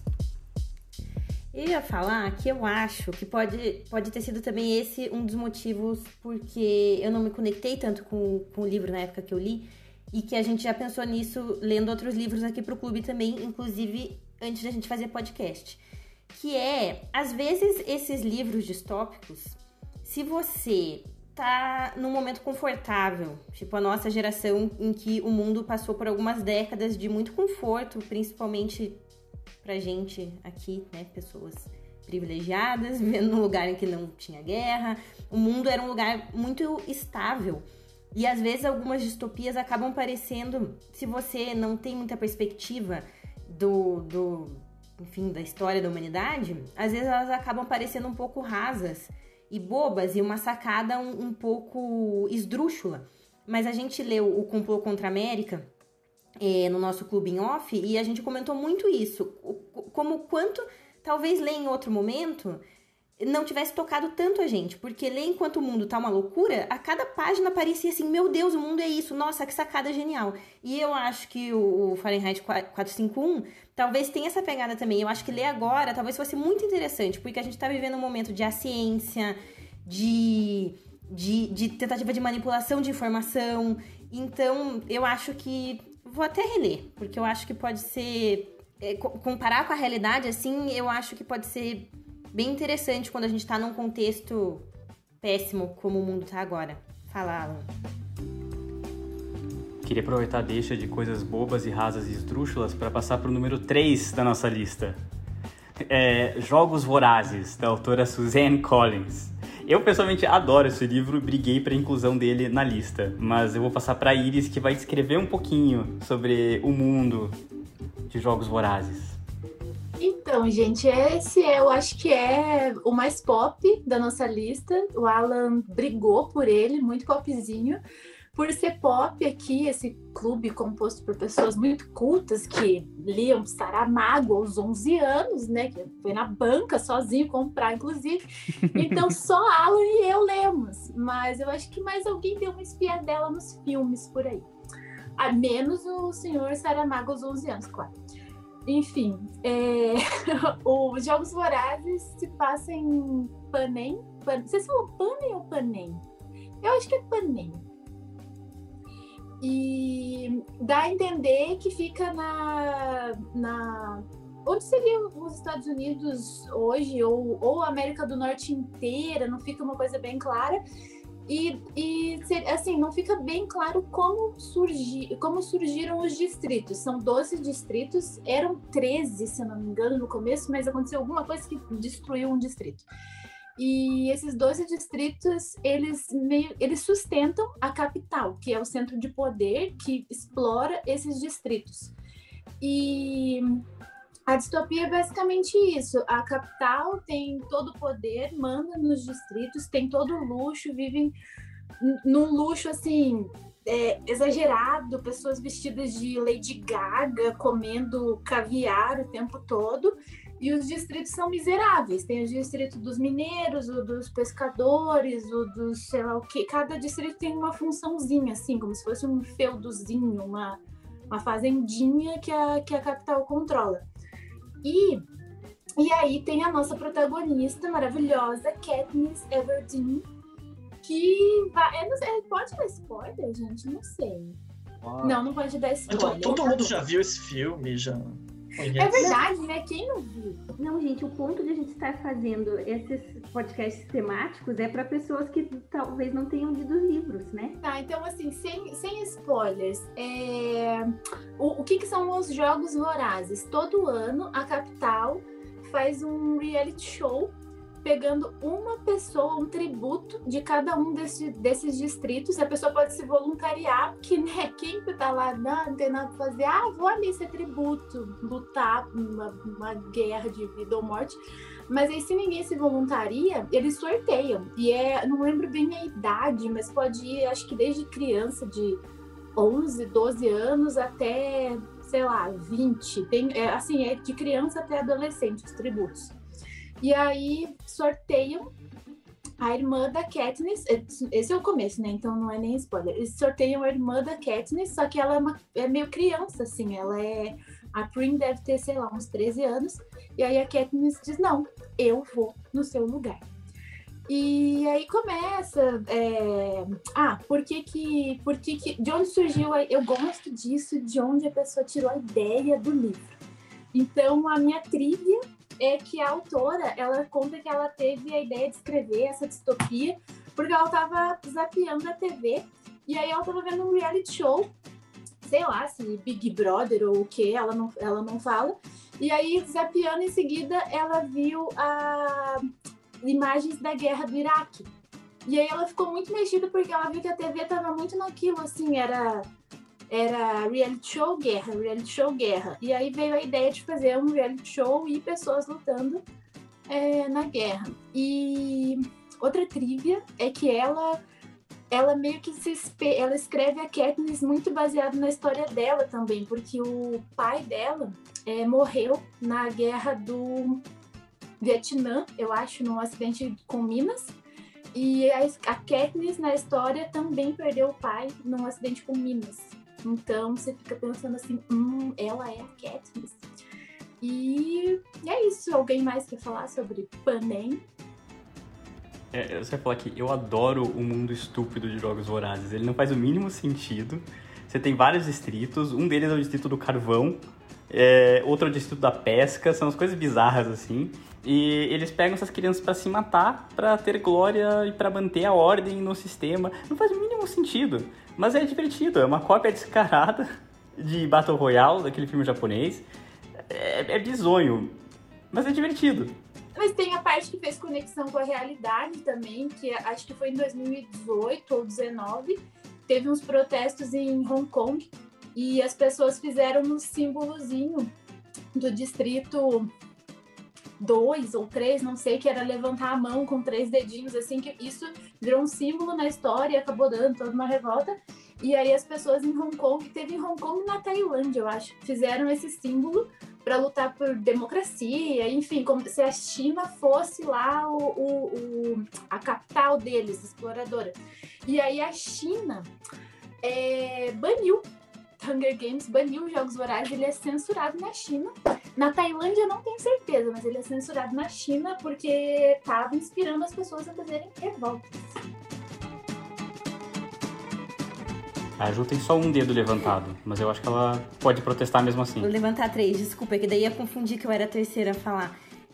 Eu ia falar que eu acho que pode ter sido também esse um dos motivos porque eu não me conectei tanto com o livro na época que eu li, e que a gente já pensou nisso lendo outros livros aqui pro clube também, inclusive antes da gente fazer podcast. Que às vezes, esses livros distópicos, se você tá num momento confortável, tipo a nossa geração em que o mundo passou por algumas décadas de muito conforto, principalmente pra gente aqui, né, pessoas privilegiadas, vivendo num lugar em que não tinha guerra, o mundo era um lugar muito estável. E às vezes algumas distopias acabam parecendo, se você não tem muita perspectiva enfim, da história da humanidade, às vezes elas acabam parecendo um pouco rasas e bobas e uma sacada um pouco esdrúxula. Mas a gente leu O Complô contra a América no nosso clube em off e a gente comentou muito isso, como quanto talvez ler em outro momento não tivesse tocado tanto a gente, porque ler enquanto o mundo tá uma loucura, a cada página parecia assim, meu Deus, o mundo é isso, nossa, que sacada genial. E eu acho que o Fahrenheit 451 talvez tenha essa pegada também. Eu acho que ler agora talvez fosse muito interessante, porque a gente tá vivendo um momento de ciência, de tentativa de manipulação de informação. Então, eu acho que... Vou até reler, porque eu acho que pode ser... comparar com a realidade, assim, eu acho que pode ser bem interessante quando a gente tá num contexto péssimo como o mundo tá agora. Fala, Alan.
Queria aproveitar a deixa de coisas bobas e rasas e esdrúxulas para passar pro número 3 da nossa lista. Jogos Vorazes, da autora Suzanne Collins. Eu, pessoalmente, adoro esse livro e briguei para a inclusão dele na lista. Mas eu vou passar para a Iris, que vai descrever um pouquinho sobre o mundo de Jogos Vorazes.
Então, gente, eu acho que é o mais pop da nossa lista. O Alan brigou por ele, muito popzinho. Por ser pop aqui, esse clube composto por pessoas muito cultas que liam Saramago aos 11 anos, né? Que foi na banca sozinho comprar, inclusive. Então, só Alan e eu lemos. Mas eu acho que mais alguém deu uma espiadela nos filmes por aí. A menos o senhor Saramago aos 11 anos, claro. Enfim, os Jogos Vorazes se passa em Panem. Vocês falam Panem ou Panem? Eu acho que é Panem. E dá a entender que fica onde seria os Estados Unidos hoje, ou a América do Norte inteira, não fica uma coisa bem clara. E assim, não fica bem claro como surgiram os distritos. São 12 distritos, eram 13, se eu não me engano, no começo, mas aconteceu alguma coisa que destruiu um distrito. E esses 12 distritos, eles sustentam a capital, que é o centro de poder que explora esses distritos. E a distopia é basicamente isso. A capital tem todo o poder, manda nos distritos, tem todo o luxo, vivem num luxo, assim, exagerado, pessoas vestidas de Lady Gaga, comendo caviar o tempo todo. E os distritos são miseráveis. Tem o distrito dos mineiros, o dos pescadores, o dos sei lá o quê. Cada distrito tem uma funçãozinha, assim, como se fosse um feudozinho, uma fazendinha que a capital controla. E aí tem a nossa protagonista maravilhosa, Katniss Everdeen, que vai... pode dar spoiler, gente? Não sei. Não pode dar spoiler.
Todo mundo já viu esse filme, já...
É verdade, né? Quem não viu?
Não, gente, o ponto de a gente estar fazendo esses podcasts temáticos é para pessoas que talvez não tenham lido os livros, né?
Tá, então assim, sem spoilers, o que são os Jogos Vorazes? Todo ano a capital faz um reality show pegando uma pessoa, um tributo de cada um desses distritos. A pessoa pode se voluntariar, porque, né, quem tá lá não tem nada pra fazer, vou ali ser tributo, lutar uma guerra de vida ou morte. Mas aí, se ninguém se voluntaria, eles sorteiam. E não lembro bem a idade, mas pode ir, acho que desde criança de 11, 12 anos até, sei lá, 20. É de criança até adolescente, os tributos. E aí sorteiam a irmã da Katniss. Esse é o começo, né? Então não é nem spoiler. Eles sorteiam a irmã da Katniss, só que ela é meio criança, assim. A Prim deve ter, sei lá, uns 13 anos. E aí a Katniss diz, não, eu vou no seu lugar. E aí começa... por que de onde surgiu... Eu gosto disso, de onde a pessoa tirou a ideia do livro. Então, a minha trivia é que a autora, ela conta que ela teve a ideia de escrever essa distopia porque ela estava zapeando a TV e aí ela estava vendo um reality show, sei lá, se Big Brother ou o que, ela não fala, e aí zapeando em seguida ela viu imagens da guerra do Iraque. E aí ela ficou muito mexida porque ela viu que a TV estava muito naquilo, assim, era reality show, guerra. E aí veio a ideia de fazer um reality show e pessoas lutando na guerra. E outra trivia é que ela meio que ela escreve a Katniss muito baseado na história dela também, porque o pai dela morreu na guerra do Vietnã, eu acho, num acidente com minas. E a Katniss, na história, também perdeu o pai num acidente com minas. Então, você fica pensando assim, ela é a Katniss. E é isso. Alguém mais quer falar sobre Panem?
Você vai falar que eu adoro o mundo estúpido de Jogos Vorazes. Ele não faz o mínimo sentido. Você tem vários distritos. Um deles é o distrito do carvão. Outro é o distrito da pesca. São as coisas bizarras, assim. E eles pegam essas crianças pra se matar, pra ter glória e pra manter a ordem no sistema. Não faz o mínimo sentido. Mas é divertido, é uma cópia descarada de Battle Royale, daquele filme japonês. É bizonho, mas é divertido.
Mas tem a parte que fez conexão com a realidade também, que acho que foi em 2018 ou 2019, teve uns protestos em Hong Kong e as pessoas fizeram um símbolozinho do distrito 2 ou 3, não sei, que era levantar a mão com 3 dedinhos, assim, que isso virou um símbolo na história e acabou dando toda uma revolta. E aí as pessoas em Hong Kong, teve em Hong Kong e na Tailândia, eu acho, fizeram esse símbolo para lutar por democracia, enfim, como se a China fosse lá a capital deles, exploradora. E aí a China baniu Hunger Games, baniu os Jogos Vorazes, ele é censurado na China. Na Tailândia eu não tenho certeza, mas ele é censurado na China porque estava inspirando as pessoas a fazerem revoltas.
A Ju tem só um dedo levantado, mas eu acho que ela pode protestar mesmo assim.
Vou levantar 3, desculpa, que daí ia confundir que eu era a terceira a falar.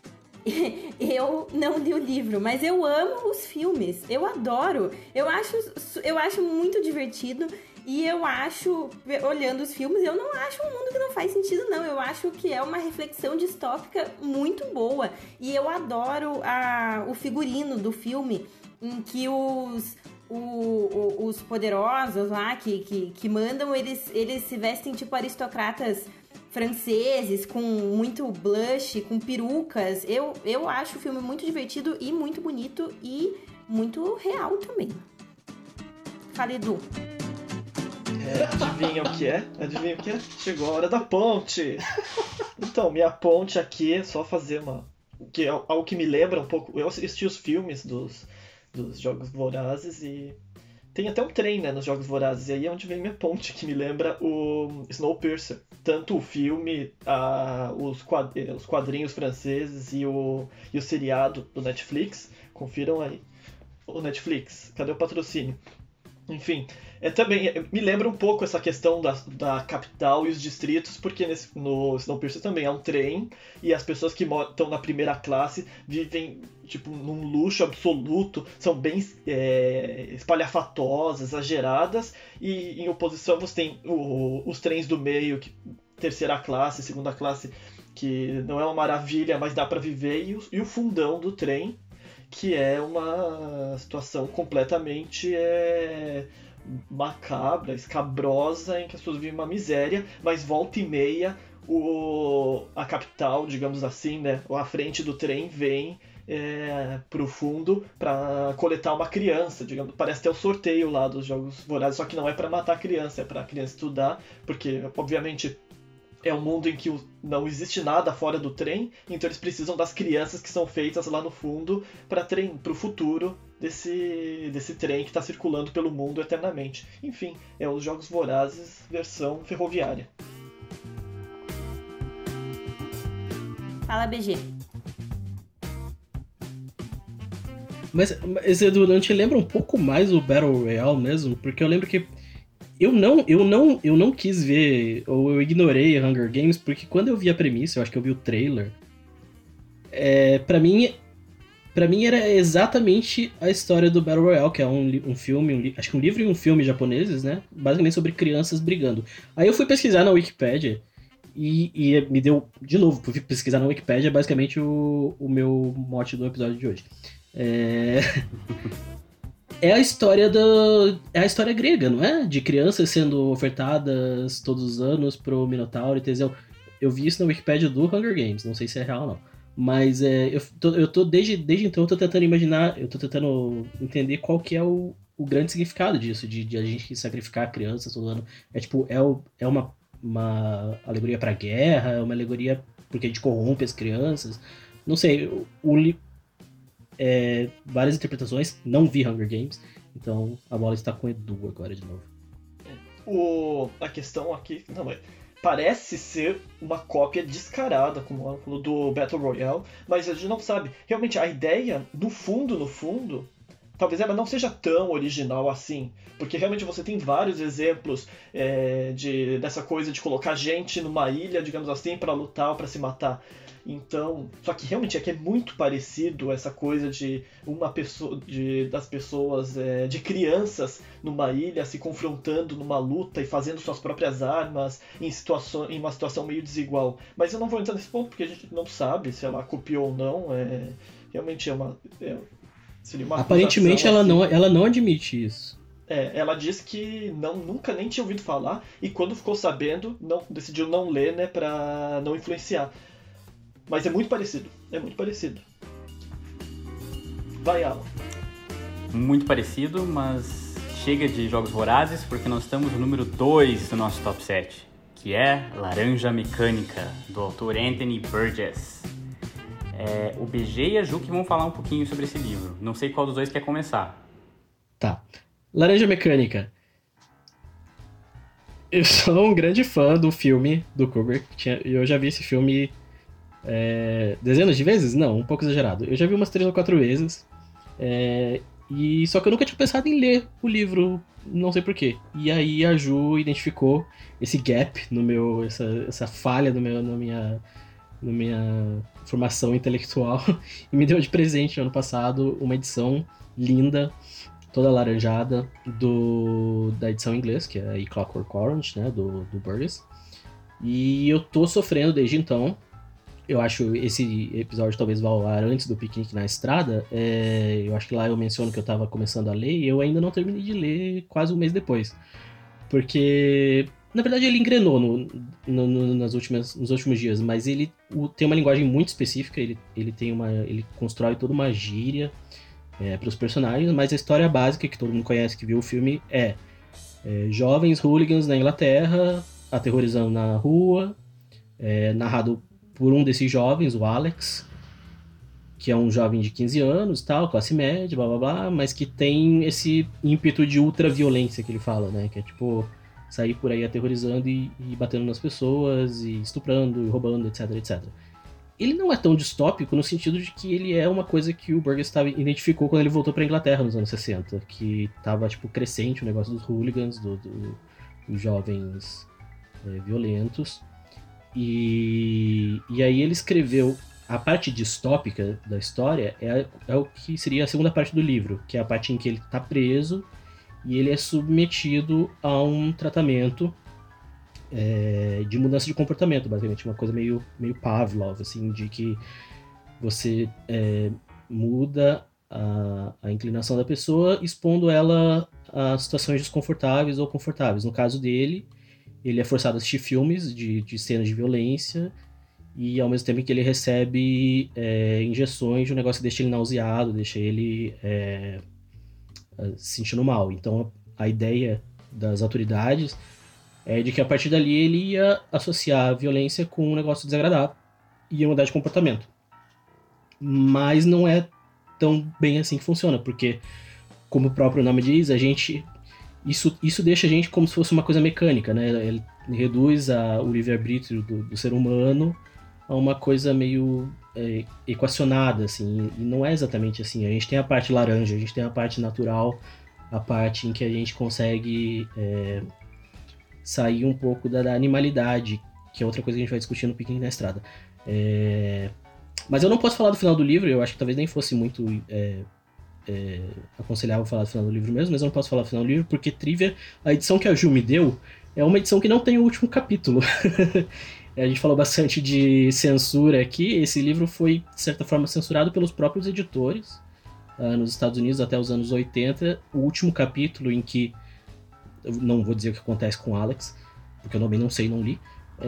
Eu não li o livro, mas eu amo os filmes, eu adoro. Eu acho muito divertido. E eu acho, olhando os filmes, eu não acho um mundo que não faz sentido, não. Eu acho que é uma reflexão distópica muito boa. E eu adoro o figurino do filme, em que os poderosos lá que mandam, eles se vestem tipo aristocratas franceses, com muito blush, com perucas. Eu acho o filme muito divertido e muito bonito e muito real também. Fala, Edu.
Adivinha o que é? Adivinha o que é? Chegou a hora da ponte! Então, minha ponte aqui é só fazer algo que me lembra um pouco. Eu assisti os filmes dos Jogos Vorazes e tem até um trem, né, nos Jogos Vorazes. E aí é onde vem minha ponte, que me lembra o Snowpiercer. Tanto o filme, os quadrinhos franceses e o seriado do Netflix. Confiram aí. O Netflix, cadê o patrocínio? Enfim, também me lembra um pouco essa questão da capital e os distritos, porque no Snowpiercer também é um trem e as pessoas que estão na primeira classe vivem tipo num luxo absoluto, são bem espalhafatosas, exageradas, e em oposição você tem os trens do meio, terceira classe, segunda classe, que não é uma maravilha, mas dá para viver, e o fundão do trem, que é uma situação completamente macabra, escabrosa, em que as pessoas vivem uma miséria, mas volta e meia a capital, digamos assim, né, a frente do trem vem pro fundo para coletar uma criança, digamos, parece ter o sorteio lá dos Jogos Vorazes, só que não é para matar a criança, é para a criança estudar, porque obviamente é um mundo em que não existe nada fora do trem, então eles precisam das crianças que são feitas lá no fundo para o futuro desse trem que está circulando pelo mundo eternamente. Enfim, é os Jogos Vorazes versão ferroviária.
Fala, BG.
Mas Edu, não te lembra um pouco mais o Battle Royale mesmo? Porque eu lembro que eu não quis ver, ou eu ignorei Hunger Games, porque quando eu vi a premissa, eu acho que eu vi o trailer, pra mim era exatamente a história do Battle Royale, que é um filme, acho que um livro e um filme japoneses, né? Basicamente sobre crianças brigando. Aí eu fui pesquisar na Wikipédia, e me deu, de novo, fui pesquisar na Wikipédia, basicamente o meu mote do episódio de hoje. É a história grega, não é? De crianças sendo ofertadas todos os anos pro Minotauro e Teseu. Eu vi isso na Wikipédia do Hunger Games, não sei se é real ou não. Mas eu tô desde então eu tô tentando imaginar, eu tô tentando entender qual que é o grande significado disso, de a gente sacrificar crianças todo ano. É uma alegoria pra guerra, é uma alegoria porque a gente corrompe as crianças. Não sei, várias interpretações, não vi Hunger Games, então a bola está com o Edu agora de novo.
A questão aqui parece ser uma cópia descarada, como ela falou, do Battle Royale, mas a gente não sabe. Realmente, a ideia, no fundo, talvez ela não seja tão original assim, porque realmente você tem vários exemplos dessa coisa de colocar gente numa ilha, digamos assim, para lutar ou para se matar. Então, só que realmente aqui é muito parecido essa coisa de uma pessoa, das pessoas, de crianças numa ilha se confrontando numa luta e fazendo suas próprias armas em uma situação meio desigual. Mas eu não vou entrar nesse ponto porque a gente não sabe se ela copiou ou não. Realmente seria uma
Aparentemente
acusação,
ela não admite isso.
Ela diz que nunca nem tinha ouvido falar e quando ficou sabendo, decidiu não ler, né, pra não influenciar. Mas é muito parecido. Vai, Alan.
Muito parecido, mas chega de Jogos Vorazes porque nós estamos no número 2 do nosso top 7, que é Laranja Mecânica, do autor Anthony Burgess. O BG e a Ju que vão falar um pouquinho sobre esse livro. Não sei qual dos dois quer começar.
Tá. Laranja Mecânica. Eu sou um grande fã do filme do Kubrick. Eu já vi esse filme dezenas de vezes? Não, um pouco exagerado. Eu já vi umas 3 ou 4 vezes. Só que eu nunca tinha pensado em ler o livro, não sei porquê. E aí a Ju identificou esse gap essa falha na minha formação intelectual e me deu de presente ano passado uma edição linda, toda laranjada, da edição em inglês, que é A Clockwork Orange, né, do Burgess. E eu tô sofrendo desde então. Eu acho esse episódio talvez vá ao ar antes do Piquenique na Estrada. Eu acho que lá eu menciono que eu tava começando a ler e eu ainda não terminei de ler quase um mês depois. Porque, na verdade, ele engrenou nos últimos dias, mas ele tem uma linguagem muito específica, ele constrói toda uma gíria para os personagens, mas a história básica que todo mundo conhece, que viu o filme, jovens hooligans na Inglaterra, aterrorizando na rua, narrado por um desses jovens, o Alex, que é um jovem de 15 anos, tal, classe média, blá blá blá, mas que tem esse ímpeto de ultraviolência que ele fala, né? Que é tipo sair por aí aterrorizando e batendo nas pessoas, e estuprando, e roubando, etc, etc. Ele não é tão distópico no sentido de que ele é uma coisa que o Burgess identificou quando ele voltou pra Inglaterra nos anos 60, que tava tipo crescente o negócio dos hooligans, dos jovens violentos. E aí ele escreveu a parte distópica da história, é o que seria a segunda parte do livro, que é a parte em que ele está preso e ele é submetido a um tratamento de mudança de comportamento, basicamente, uma coisa meio Pavlov, assim, de que você muda a inclinação da pessoa, expondo ela a situações desconfortáveis ou confortáveis. No caso dele, ele é forçado a assistir filmes de cenas de violência e ao mesmo tempo que ele recebe injeções de um negócio que deixa ele nauseado, deixa ele se sentindo mal. Então a ideia das autoridades é de que a partir dali ele ia associar a violência com um negócio desagradável e ia mudar de comportamento. Mas não é tão bem assim que funciona, porque, como o próprio nome diz, Isso deixa a gente como se fosse uma coisa mecânica, né? Ele reduz o livre-arbítrio do ser humano a uma coisa meio equacionada, assim. E não é exatamente assim. A gente tem a parte laranja, a gente tem a parte natural, a parte em que a gente consegue sair um pouco da animalidade, que é outra coisa que a gente vai discutir no Piquenique na Estrada. Mas eu não posso falar do final do livro, eu acho que talvez nem fosse muito... aconselhável falar do final do livro mesmo, mas eu não posso falar do final do livro porque Trivia, a edição que a Ju me deu, é uma edição que não tem o último capítulo. A gente falou bastante de censura aqui. Esse livro foi, de certa forma, censurado pelos próprios editores nos Estados Unidos até os anos 80. O último capítulo em que... Eu não vou dizer o que acontece com Alex, porque eu também não sei, não li.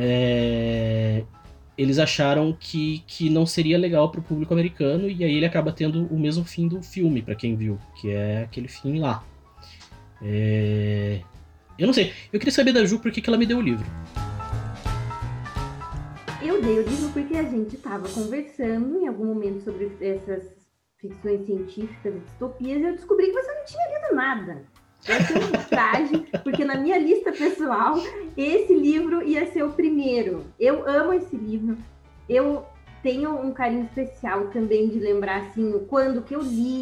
Eles acharam que não seria legal para o público americano, e aí ele acaba tendo o mesmo fim do filme, para quem viu, que é aquele fim lá. Eu não sei, eu queria saber da Ju por que ela me deu o livro.
Eu dei o livro porque a gente estava conversando em algum momento sobre essas ficções científicas e distopias, e eu descobri que você não tinha lido nada. Vai ser um traje, porque na minha lista pessoal, esse livro ia ser o primeiro. Eu amo esse livro. Eu tenho um carinho especial também de lembrar, assim, quando que eu li,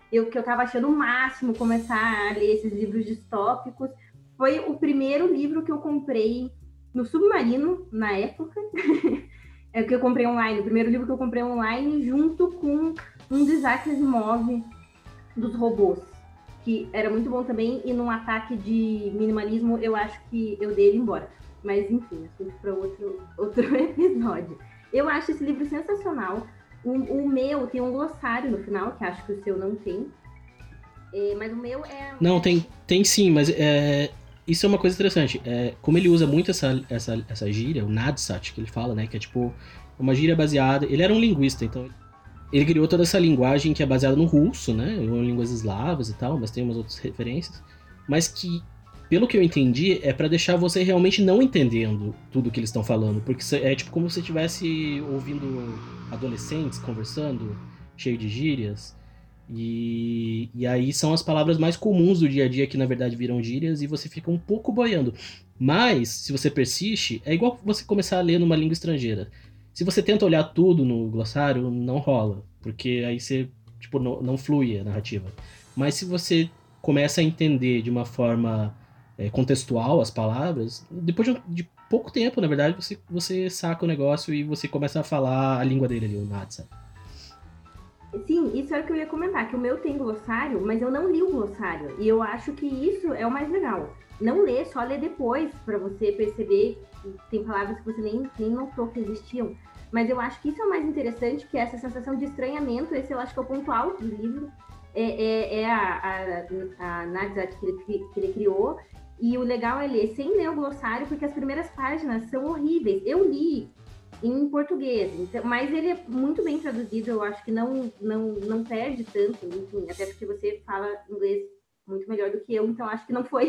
que eu tava achando o máximo começar a ler esses livros distópicos. Foi o primeiro livro que eu comprei no Submarino, na época. É o que eu comprei online, o primeiro livro que eu comprei online, junto com um do Isaac Asimov dos robôs, que era muito bom também, e num ataque de minimalismo eu acho que eu dei ele embora. Mas enfim, assunto para outro episódio. Eu acho esse livro sensacional. O meu tem um glossário no final, que acho que o seu não tem. Mas o meu é...
Não, tem sim, mas isso é uma coisa interessante. Como ele usa muito essa gíria, o Nadsat, que ele fala, né? Que é tipo uma gíria baseada... Ele era um linguista, então ele criou toda essa linguagem que é baseada no russo, né? Em línguas eslavas e tal, mas tem umas outras referências. Mas que, pelo que eu entendi, é pra deixar você realmente não entendendo tudo que eles estão falando. Porque é tipo como se você estivesse ouvindo adolescentes conversando, cheio de gírias. E aí são as palavras mais comuns do dia a dia que na verdade viram gírias e você fica um pouco boiando. Mas, se você persiste, é igual você começar a ler numa língua estrangeira. Se você tenta olhar tudo no glossário, não rola. Porque aí você, tipo, não flui a narrativa. Mas se você começa a entender de uma forma contextual as palavras, depois de pouco tempo, na verdade, você saca o negócio e você começa a falar a língua dele ali, o Natsa.
Sim, isso era o que eu ia comentar, que o meu tem glossário, mas eu não li o glossário. E eu acho que isso é o mais legal. Não ler, só ler depois, pra você perceber que tem palavras que você nem notou que existiam. Mas eu acho que isso é o mais interessante, que é essa sensação de estranhamento. Esse eu acho que é o ponto alto do livro. A Nadsat que ele criou. E o legal é ler sem ler o glossário, porque as primeiras páginas são horríveis. Eu li em português, então, mas ele é muito bem traduzido, eu acho que não perde tanto, enfim, até porque você fala inglês muito melhor do que eu, então acho que não foi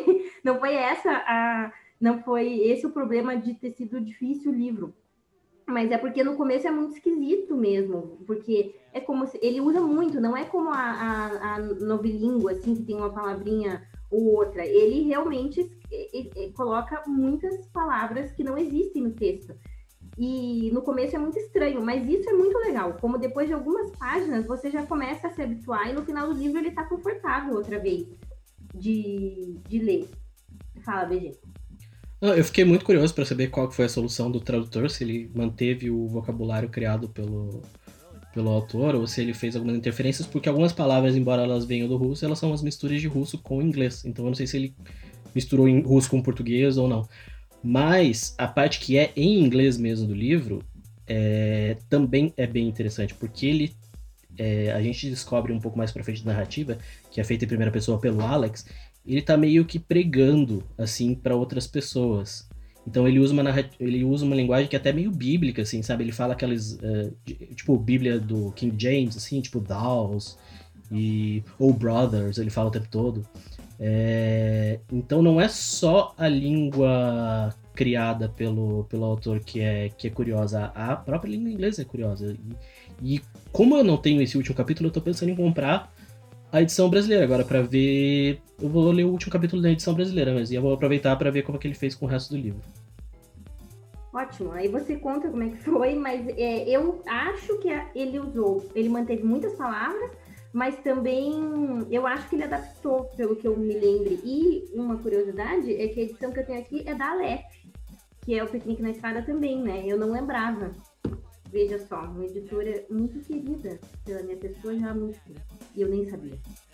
esse o problema de ter sido difícil o livro. Mas é porque no começo é muito esquisito mesmo, porque é como se ele usa muito, não é como a novilíngua, assim, que tem uma palavrinha ou outra. Ele realmente coloca muitas palavras que não existem no texto. E no começo é muito estranho, mas isso é muito legal. Como depois de algumas páginas você já começa a se habituar e no final do livro ele tá confortável outra vez de ler. Fala, BG.
Eu fiquei muito curioso para saber qual foi a solução do tradutor, se ele manteve o vocabulário criado pelo autor ou se ele fez algumas interferências, porque algumas palavras, embora elas venham do russo, elas são umas misturas de russo com inglês. Então eu não sei se ele misturou russo com português ou não. Mas a parte que é em inglês mesmo do livro também é bem interessante, porque a gente descobre um pouco mais pra frente da narrativa, que é feita em primeira pessoa pelo Alex, ele tá meio que pregando, assim, para outras pessoas. Então ele usa uma linguagem que é até meio bíblica, assim, sabe? Ele fala aquelas, tipo, Bíblia do King James, assim, tipo, thous, ou brothers, ele fala o tempo todo. Então não é só a língua criada pelo autor que é curiosa, a própria língua inglesa é curiosa. E como eu não tenho esse último capítulo, eu tô pensando em comprar a edição brasileira agora pra ver. Eu vou ler o último capítulo da edição brasileira, mas eu vou aproveitar pra ver como é que ele fez com o resto do livro.
Ótimo, aí você conta como é que foi, mas eu acho que ele manteve muitas palavras, mas também eu acho que ele adaptou, pelo que eu me lembre. E uma curiosidade é que a edição que eu tenho aqui é da Aleph, que é o Piquenique na Estrada também, né? Eu não lembrava. Veja só, uma editora muito querida pela minha pessoa já há muito tempo. E eu nem sabia.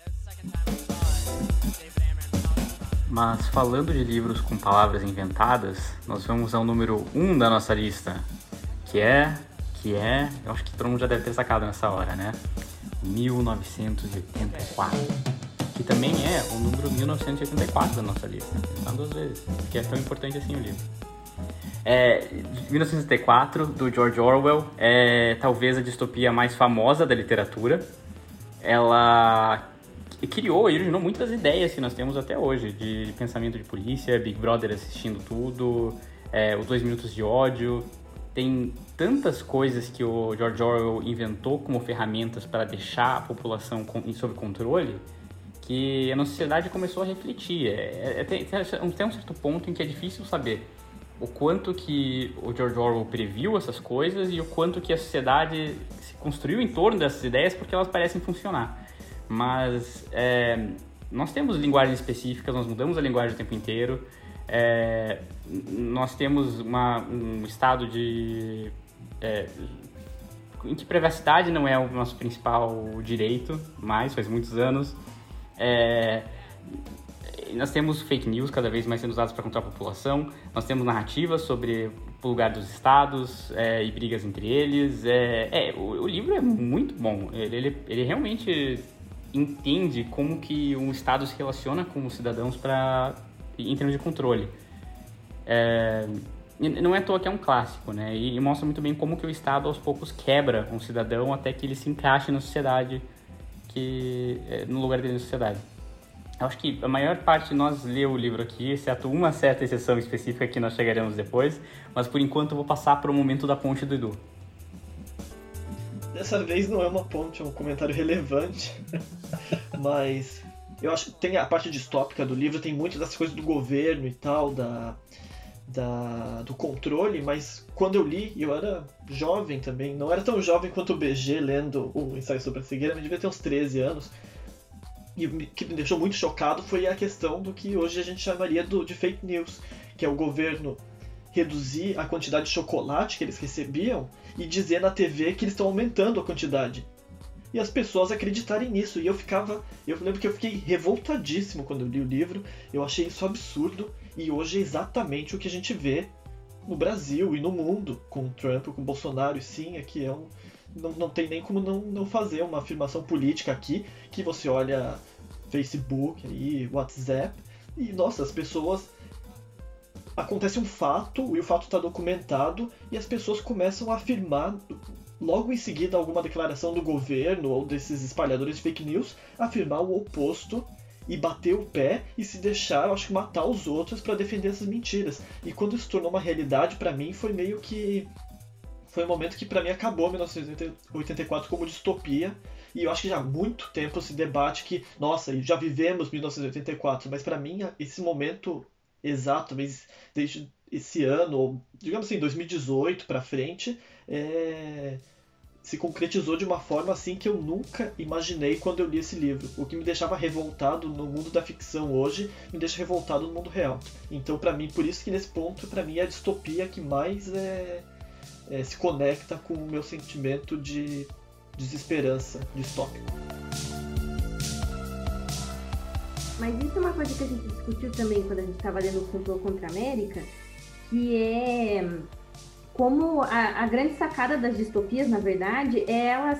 Mas falando de livros com palavras inventadas, nós vamos ao número 1 da nossa lista, que é, eu acho que todo mundo já deve ter sacado nessa hora, né? 1984, que também é o número 1984 da nossa lista, pensando duas vezes, porque é tão importante assim o livro. 1984, do George Orwell, é talvez a distopia mais famosa da literatura. Ela criou e originou muitas ideias que nós temos até hoje, de pensamento de polícia, Big Brother assistindo tudo, os 2 minutos de ódio. Tem tantas coisas que o George Orwell inventou como ferramentas para deixar a população sob controle, que a nossa sociedade começou a refletir. Tem um certo ponto em que é difícil saber o quanto que o George Orwell previu essas coisas e o quanto que a sociedade se construiu em torno dessas ideias porque elas parecem funcionar. mas nós temos linguagens específicas, nós mudamos a linguagem o tempo inteiro, nós temos um estado em que privacidade não é o nosso principal direito, mas faz muitos anos. Nós temos fake news cada vez mais sendo usadas para controlar a população, nós temos narrativas sobre o lugar dos estados e brigas entre eles. O livro é muito bom, ele realmente entende como que um estado se relaciona com os cidadãos em termos de controle. Não é à toa que é um clássico, né? E mostra muito bem como que o Estado aos poucos quebra um cidadão até que ele se encaixe na sociedade, no lugar dele na sociedade. Eu acho que a maior parte de nós leu o livro aqui, exceto uma certa exceção específica que nós chegaremos depois, mas por enquanto eu vou passar para o momento da ponte do Edu.
Dessa vez não é uma ponte, é um comentário relevante, mas eu acho que tem a parte distópica do livro, tem muitas das coisas do governo e tal, do controle, mas quando eu li, eu era jovem também, não era tão jovem quanto o BG lendo o Ensaio sobre a Cegueira, mas devia ter uns 13 anos. E o que me deixou muito chocado foi a questão do que hoje a gente chamaria de fake news, que é o governo reduzir a quantidade de chocolate que eles recebiam e dizer na TV que eles estão aumentando a quantidade. E as pessoas acreditarem nisso. E eu lembro que eu fiquei revoltadíssimo quando eu li o livro, eu achei isso absurdo, e hoje é exatamente o que a gente vê no Brasil e no mundo, com o Trump, com o Bolsonaro, e sim, aqui não tem nem como não fazer uma afirmação política aqui, que você olha Facebook, aí, WhatsApp, e nossa, as pessoas... Acontece um fato, e o fato está documentado, e as pessoas começam a afirmar, logo em seguida, alguma declaração do governo ou desses espalhadores de fake news, afirmar o oposto e bater o pé e se deixar, acho que, matar os outros para defender essas mentiras. E quando isso tornou uma realidade, para mim, foi meio que... Foi um momento que, para mim, acabou 1984 como distopia. E eu acho que já há muito tempo se debate que, nossa, já vivemos 1984, mas para mim, esse momento exato, desde esse ano, ou digamos assim, 2018 para frente, se concretizou de uma forma assim que eu nunca imaginei quando eu li esse livro. O que me deixava revoltado no mundo da ficção hoje, me deixa revoltado no mundo real. Então, para mim, por isso que nesse ponto, para mim, é a distopia que mais se conecta com o meu sentimento de desesperança distópico.
Mas isso é uma coisa que a gente discutiu também quando a gente estava lendo o Complô contra a América, que é como a grande sacada das distopias, na verdade, é elas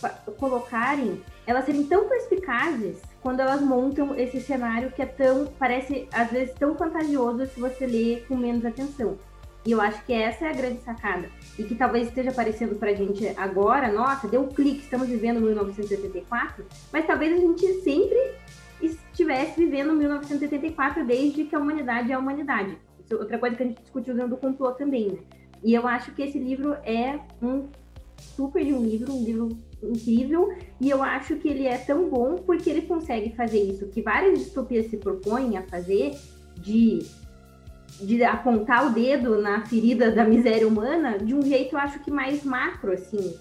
serem tão perspicazes quando elas montam esse cenário que parece às vezes tão fantasioso se você lê com menos atenção. E eu acho que essa é a grande sacada. E que talvez esteja aparecendo pra gente agora, nossa, deu um clique, estamos vivendo 1984, mas talvez a gente sempre estivesse vivendo 1984 desde que a humanidade é a humanidade. Isso é outra coisa que a gente discutiu dentro do Complô também, né? E eu acho que esse livro é um livro incrível, e eu acho que ele é tão bom porque ele consegue fazer isso que várias distopias se propõem a fazer, de apontar o dedo na ferida da miséria humana, de um jeito, eu acho que mais macro, assim.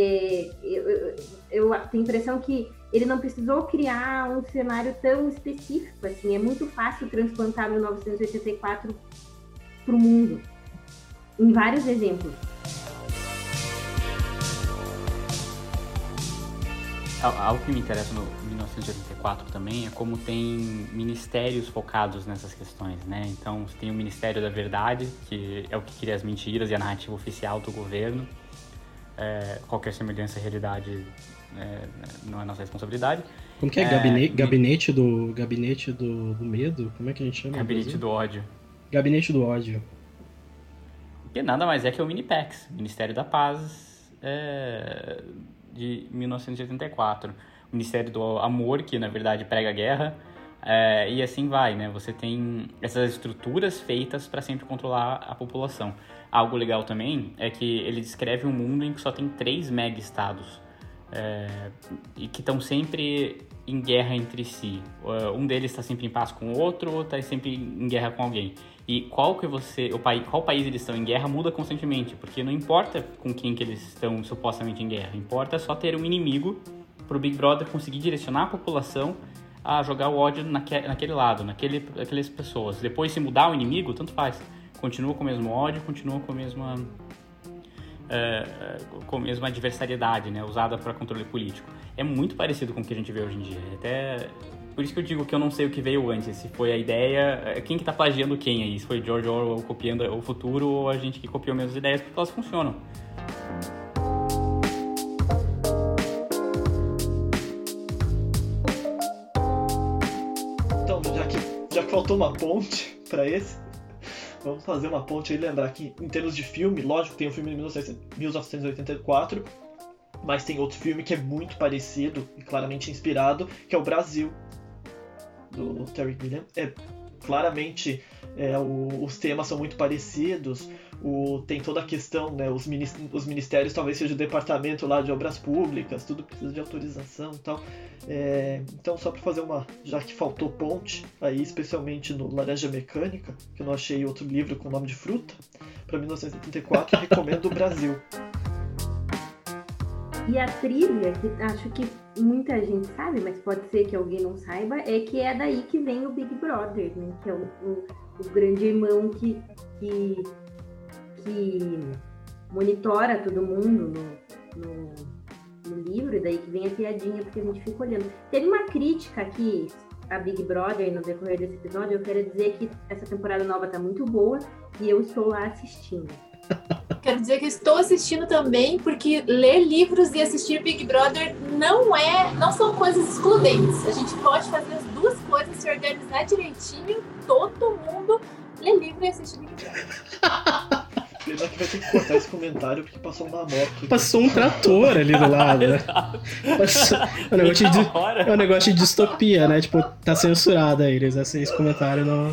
Eu tenho a impressão que ele não precisou criar um cenário tão específico, assim. É muito fácil transplantar 1984 para o mundo, em vários exemplos.
Algo que me interessa no 1984 também é como tem ministérios focados nessas questões, né? Então, você tem o Ministério da Verdade, que é o que cria as mentiras e a narrativa oficial do governo. Qualquer semelhança à realidade não é nossa responsabilidade.
Como que é? Gabinete do medo? Como é que a gente chama?
Gabinete do ódio.
Gabinete do ódio.
Que nada mais é que o Minipex, Ministério da Paz, de 1984. O Ministério do Amor, que na verdade prega a guerra, e assim vai, né? Você tem essas estruturas feitas para sempre controlar a população. Algo legal também é que ele descreve um mundo em que só tem 3 mega-estados, e que estão sempre em guerra entre si. Um deles está sempre em paz com o outro, ou está sempre em guerra com alguém. E qual país eles estão em guerra muda constantemente, porque não importa com quem que eles estão supostamente em guerra, importa só ter um inimigo pro Big Brother conseguir direcionar a população a jogar o ódio naquele lado, naquelas pessoas. Depois, se mudar o inimigo, tanto faz. Continua com o mesmo ódio, continua com a mesma adversariedade, né, usada para controle político. É muito parecido com o que a gente vê hoje em dia. Até por isso que eu digo que eu não sei o que veio antes, se foi a ideia, quem que tá plagiando quem aí, se foi George Orwell copiando o futuro ou a gente que copiou as mesmas ideias, porque elas funcionam.
Então, já que faltou uma ponte para esse, vamos fazer uma ponte aí, lembrar que em termos de filme, lógico, tem um filme de 1984, mas tem outro filme que é muito parecido e claramente inspirado, que é o Brasil, do Terry Gilliam. Claramente os temas são muito parecidos, tem toda a questão, né, os ministérios talvez seja o departamento lá de obras públicas, tudo precisa de autorização e tal. Então, só para fazer já que faltou ponte, aí especialmente no Laranja Mecânica, que eu não achei outro livro com nome de fruta, para 1974, recomendo o Brasil.
E a trilha, que acho que muita gente sabe, mas pode ser que alguém não saiba, é que é daí que vem o Big Brother, né? Que é o grande irmão que monitora todo mundo no livro, e daí que vem a piadinha, porque a gente fica olhando. Teve uma crítica aqui a Big Brother no decorrer desse episódio. Eu quero dizer que essa temporada nova tá muito boa e eu estou lá assistindo.
Quero dizer que estou assistindo também, porque ler livros e assistir Big Brother não são coisas excludentes. A gente pode fazer as duas coisas, se organizar direitinho, todo mundo ler livro e assistir Big Brother.
Pena que vai ter que cortar esse comentário porque passou uma moto.
Passou um trator ali do lado, né? É um negócio de distopia, né? Tipo, tá censurado aí, esse comentário não...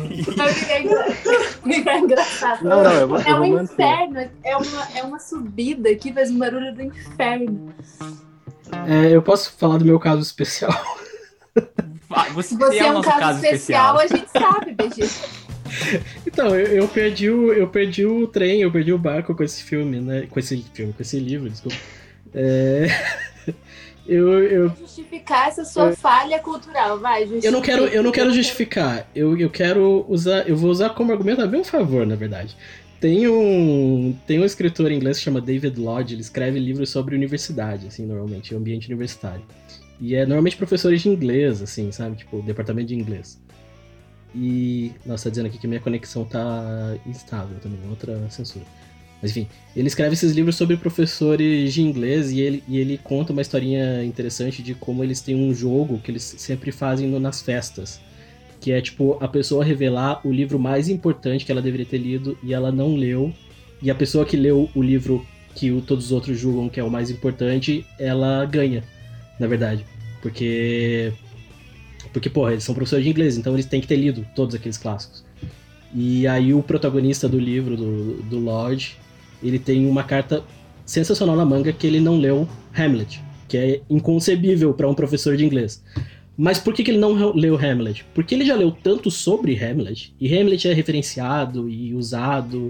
É engraçado.
Não, eu vou
um
manter.
inferno, é uma subida aqui, faz um barulho do inferno.
Eu posso falar do meu caso especial?
Você
é um
nosso
caso especial, a gente sabe, BG.
Então, eu perdi o trem, eu perdi o barco com esse filme, né? Com esse livro, desculpa. Eu
justificar essa sua falha cultural, vai.
Eu não quero justificar. Eu vou usar como argumento a meu favor, na verdade. Tem um escritor inglês que chama David Lodge, ele escreve livros sobre universidade, assim, normalmente, ambiente universitário. E é normalmente professores de inglês, assim, sabe? Tipo, departamento de inglês. E... Nossa, tá dizendo aqui que minha conexão tá instável também, outra censura. Mas enfim, ele escreve esses livros sobre professores de inglês e ele conta uma historinha interessante de como eles têm um jogo que eles sempre fazem nas festas. Que é tipo, a pessoa revelar o livro mais importante que ela deveria ter lido e ela não leu. E a pessoa que leu o livro que todos os outros julgam que é o mais importante, ela ganha, na verdade. Porque, porra, eles são professores de inglês, então eles têm que ter lido todos aqueles clássicos. E aí o protagonista do livro, do Lodge, ele tem uma carta sensacional na manga que ele não leu Hamlet, que é inconcebível para um professor de inglês. Mas por que ele não leu Hamlet? Porque ele já leu tanto sobre Hamlet, e Hamlet é referenciado e usado,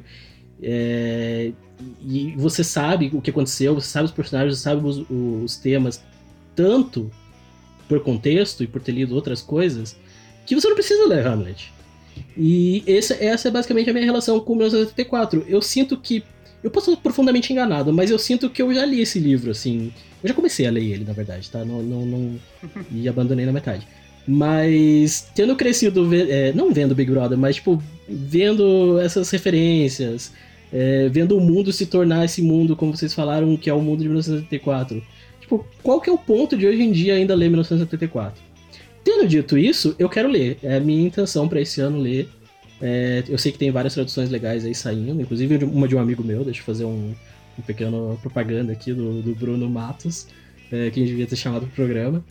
e você sabe o que aconteceu, você sabe os personagens, você sabe os temas, tanto por contexto e por ter lido outras coisas, que você não precisa ler Hamlet. E essa é basicamente a minha relação com 1984. Eu sinto que... Eu posso estar profundamente enganado, mas eu sinto que eu já li esse livro, assim... Eu já comecei a ler ele, na verdade, tá? Não e abandonei na metade. Mas, tendo crescido... não vendo Big Brother, mas, tipo, vendo essas referências... vendo o mundo se tornar esse mundo, como vocês falaram, que é o mundo de 1984. Tipo, qual que é o ponto de hoje em dia ainda ler 1984? Tendo dito isso, eu quero ler. É a minha intenção pra esse ano ler. Eu sei que tem várias traduções legais aí saindo, inclusive uma de um amigo meu, deixa eu fazer um pequeno propaganda aqui do Bruno Matos, que a gente devia ter chamado pro programa.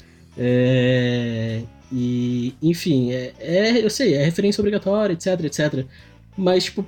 E, enfim, eu sei, é referência obrigatória, etc. Mas, tipo,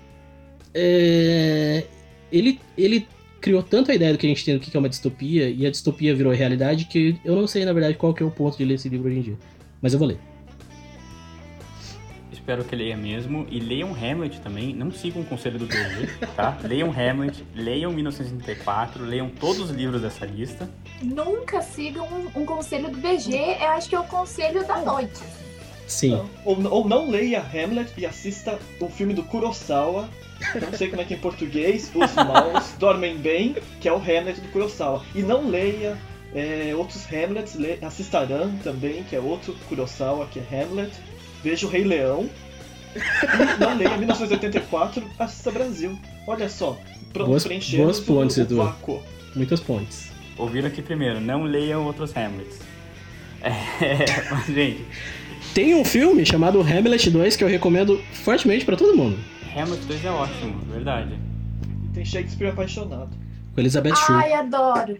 ele criou tanto a ideia do que a gente tem do que é uma distopia, e a distopia virou realidade, que eu não sei, na verdade, qual que é o ponto de ler esse livro hoje em dia. Mas eu vou ler.
espero que leia mesmo. E leiam Hamlet também. Não sigam o conselho do BG, tá? Leiam Hamlet, leiam 1984, leiam todos os livros dessa lista.
Nunca sigam um conselho do BG, eu acho que é o conselho da noite.
Sim.
Ou não leia Hamlet e assista o filme do Kurosawa. Eu não sei como é que é em português. Os Maus Dormem Bem, que é o Hamlet do Kurosawa. E não leia outros Hamlets. Assista Aran também, que é outro Kurosawa, que é Hamlet. Veja o Rei Leão. E não leia 1984, assista Brasil. Olha só.
Boas pontes, Edu.
Vácuo.
Muitas pontes.
Ouviram aqui primeiro, não leiam outros Hamlets. Mas, gente...
Tem um filme chamado Hamlet 2 que eu recomendo fortemente pra todo mundo.
Hamlet 2 é ótimo, verdade.
Tem Shakespeare apaixonado.
Com Elizabeth Shue.
Ai, adoro.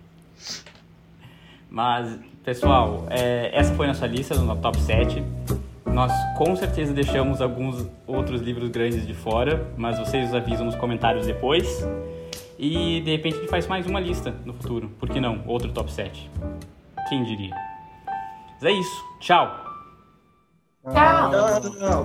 Mas, pessoal, essa foi a nossa lista do top 7. Nós com certeza deixamos alguns outros livros grandes de fora, mas vocês nos avisam nos comentários depois. E de repente a gente faz mais uma lista no futuro. Por que não? Outro top 7. Quem diria? Mas é isso. Tchau!
Tchau.
Não.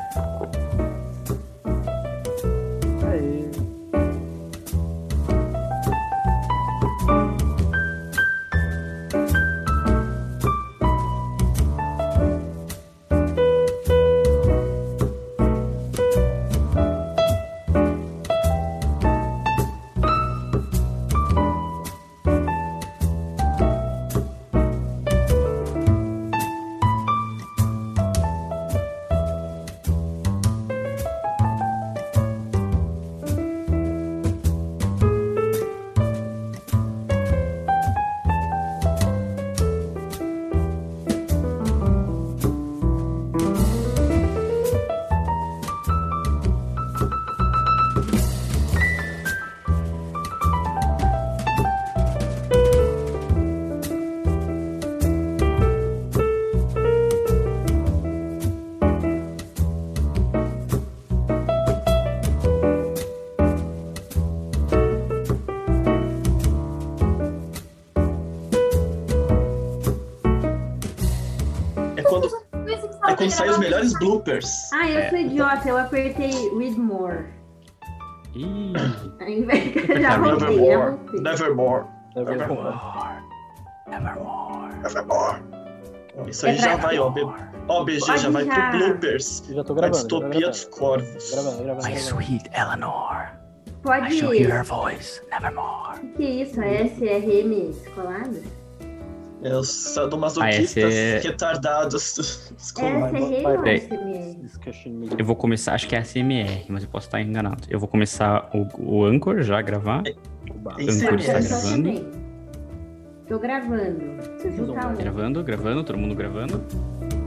Quando saem os melhores bloopers.
Eu sou idiota, eu apertei Read More.
Ih,
Já voltei.
Nevermore. Isso aí já vai, ó. BG já vai pro bloopers.
Já tô
A
gravando.
distopia dos corvos.
Gravando.
My sweet Eleanor.
Pode
I shall hear
ir.
her voice, nevermore.
O que é isso? A SRM descolada?
É os sadomasoquistas retardados.
SRM ou SMR?
Eu vou começar, acho que é ASMR, mas eu posso estar enganado. Eu vou começar o Anchor já a gravar. Anchor está
Eu
gravando.
também. Tô gravando. Deixa eu juntar um.
Gravando, todo mundo gravando.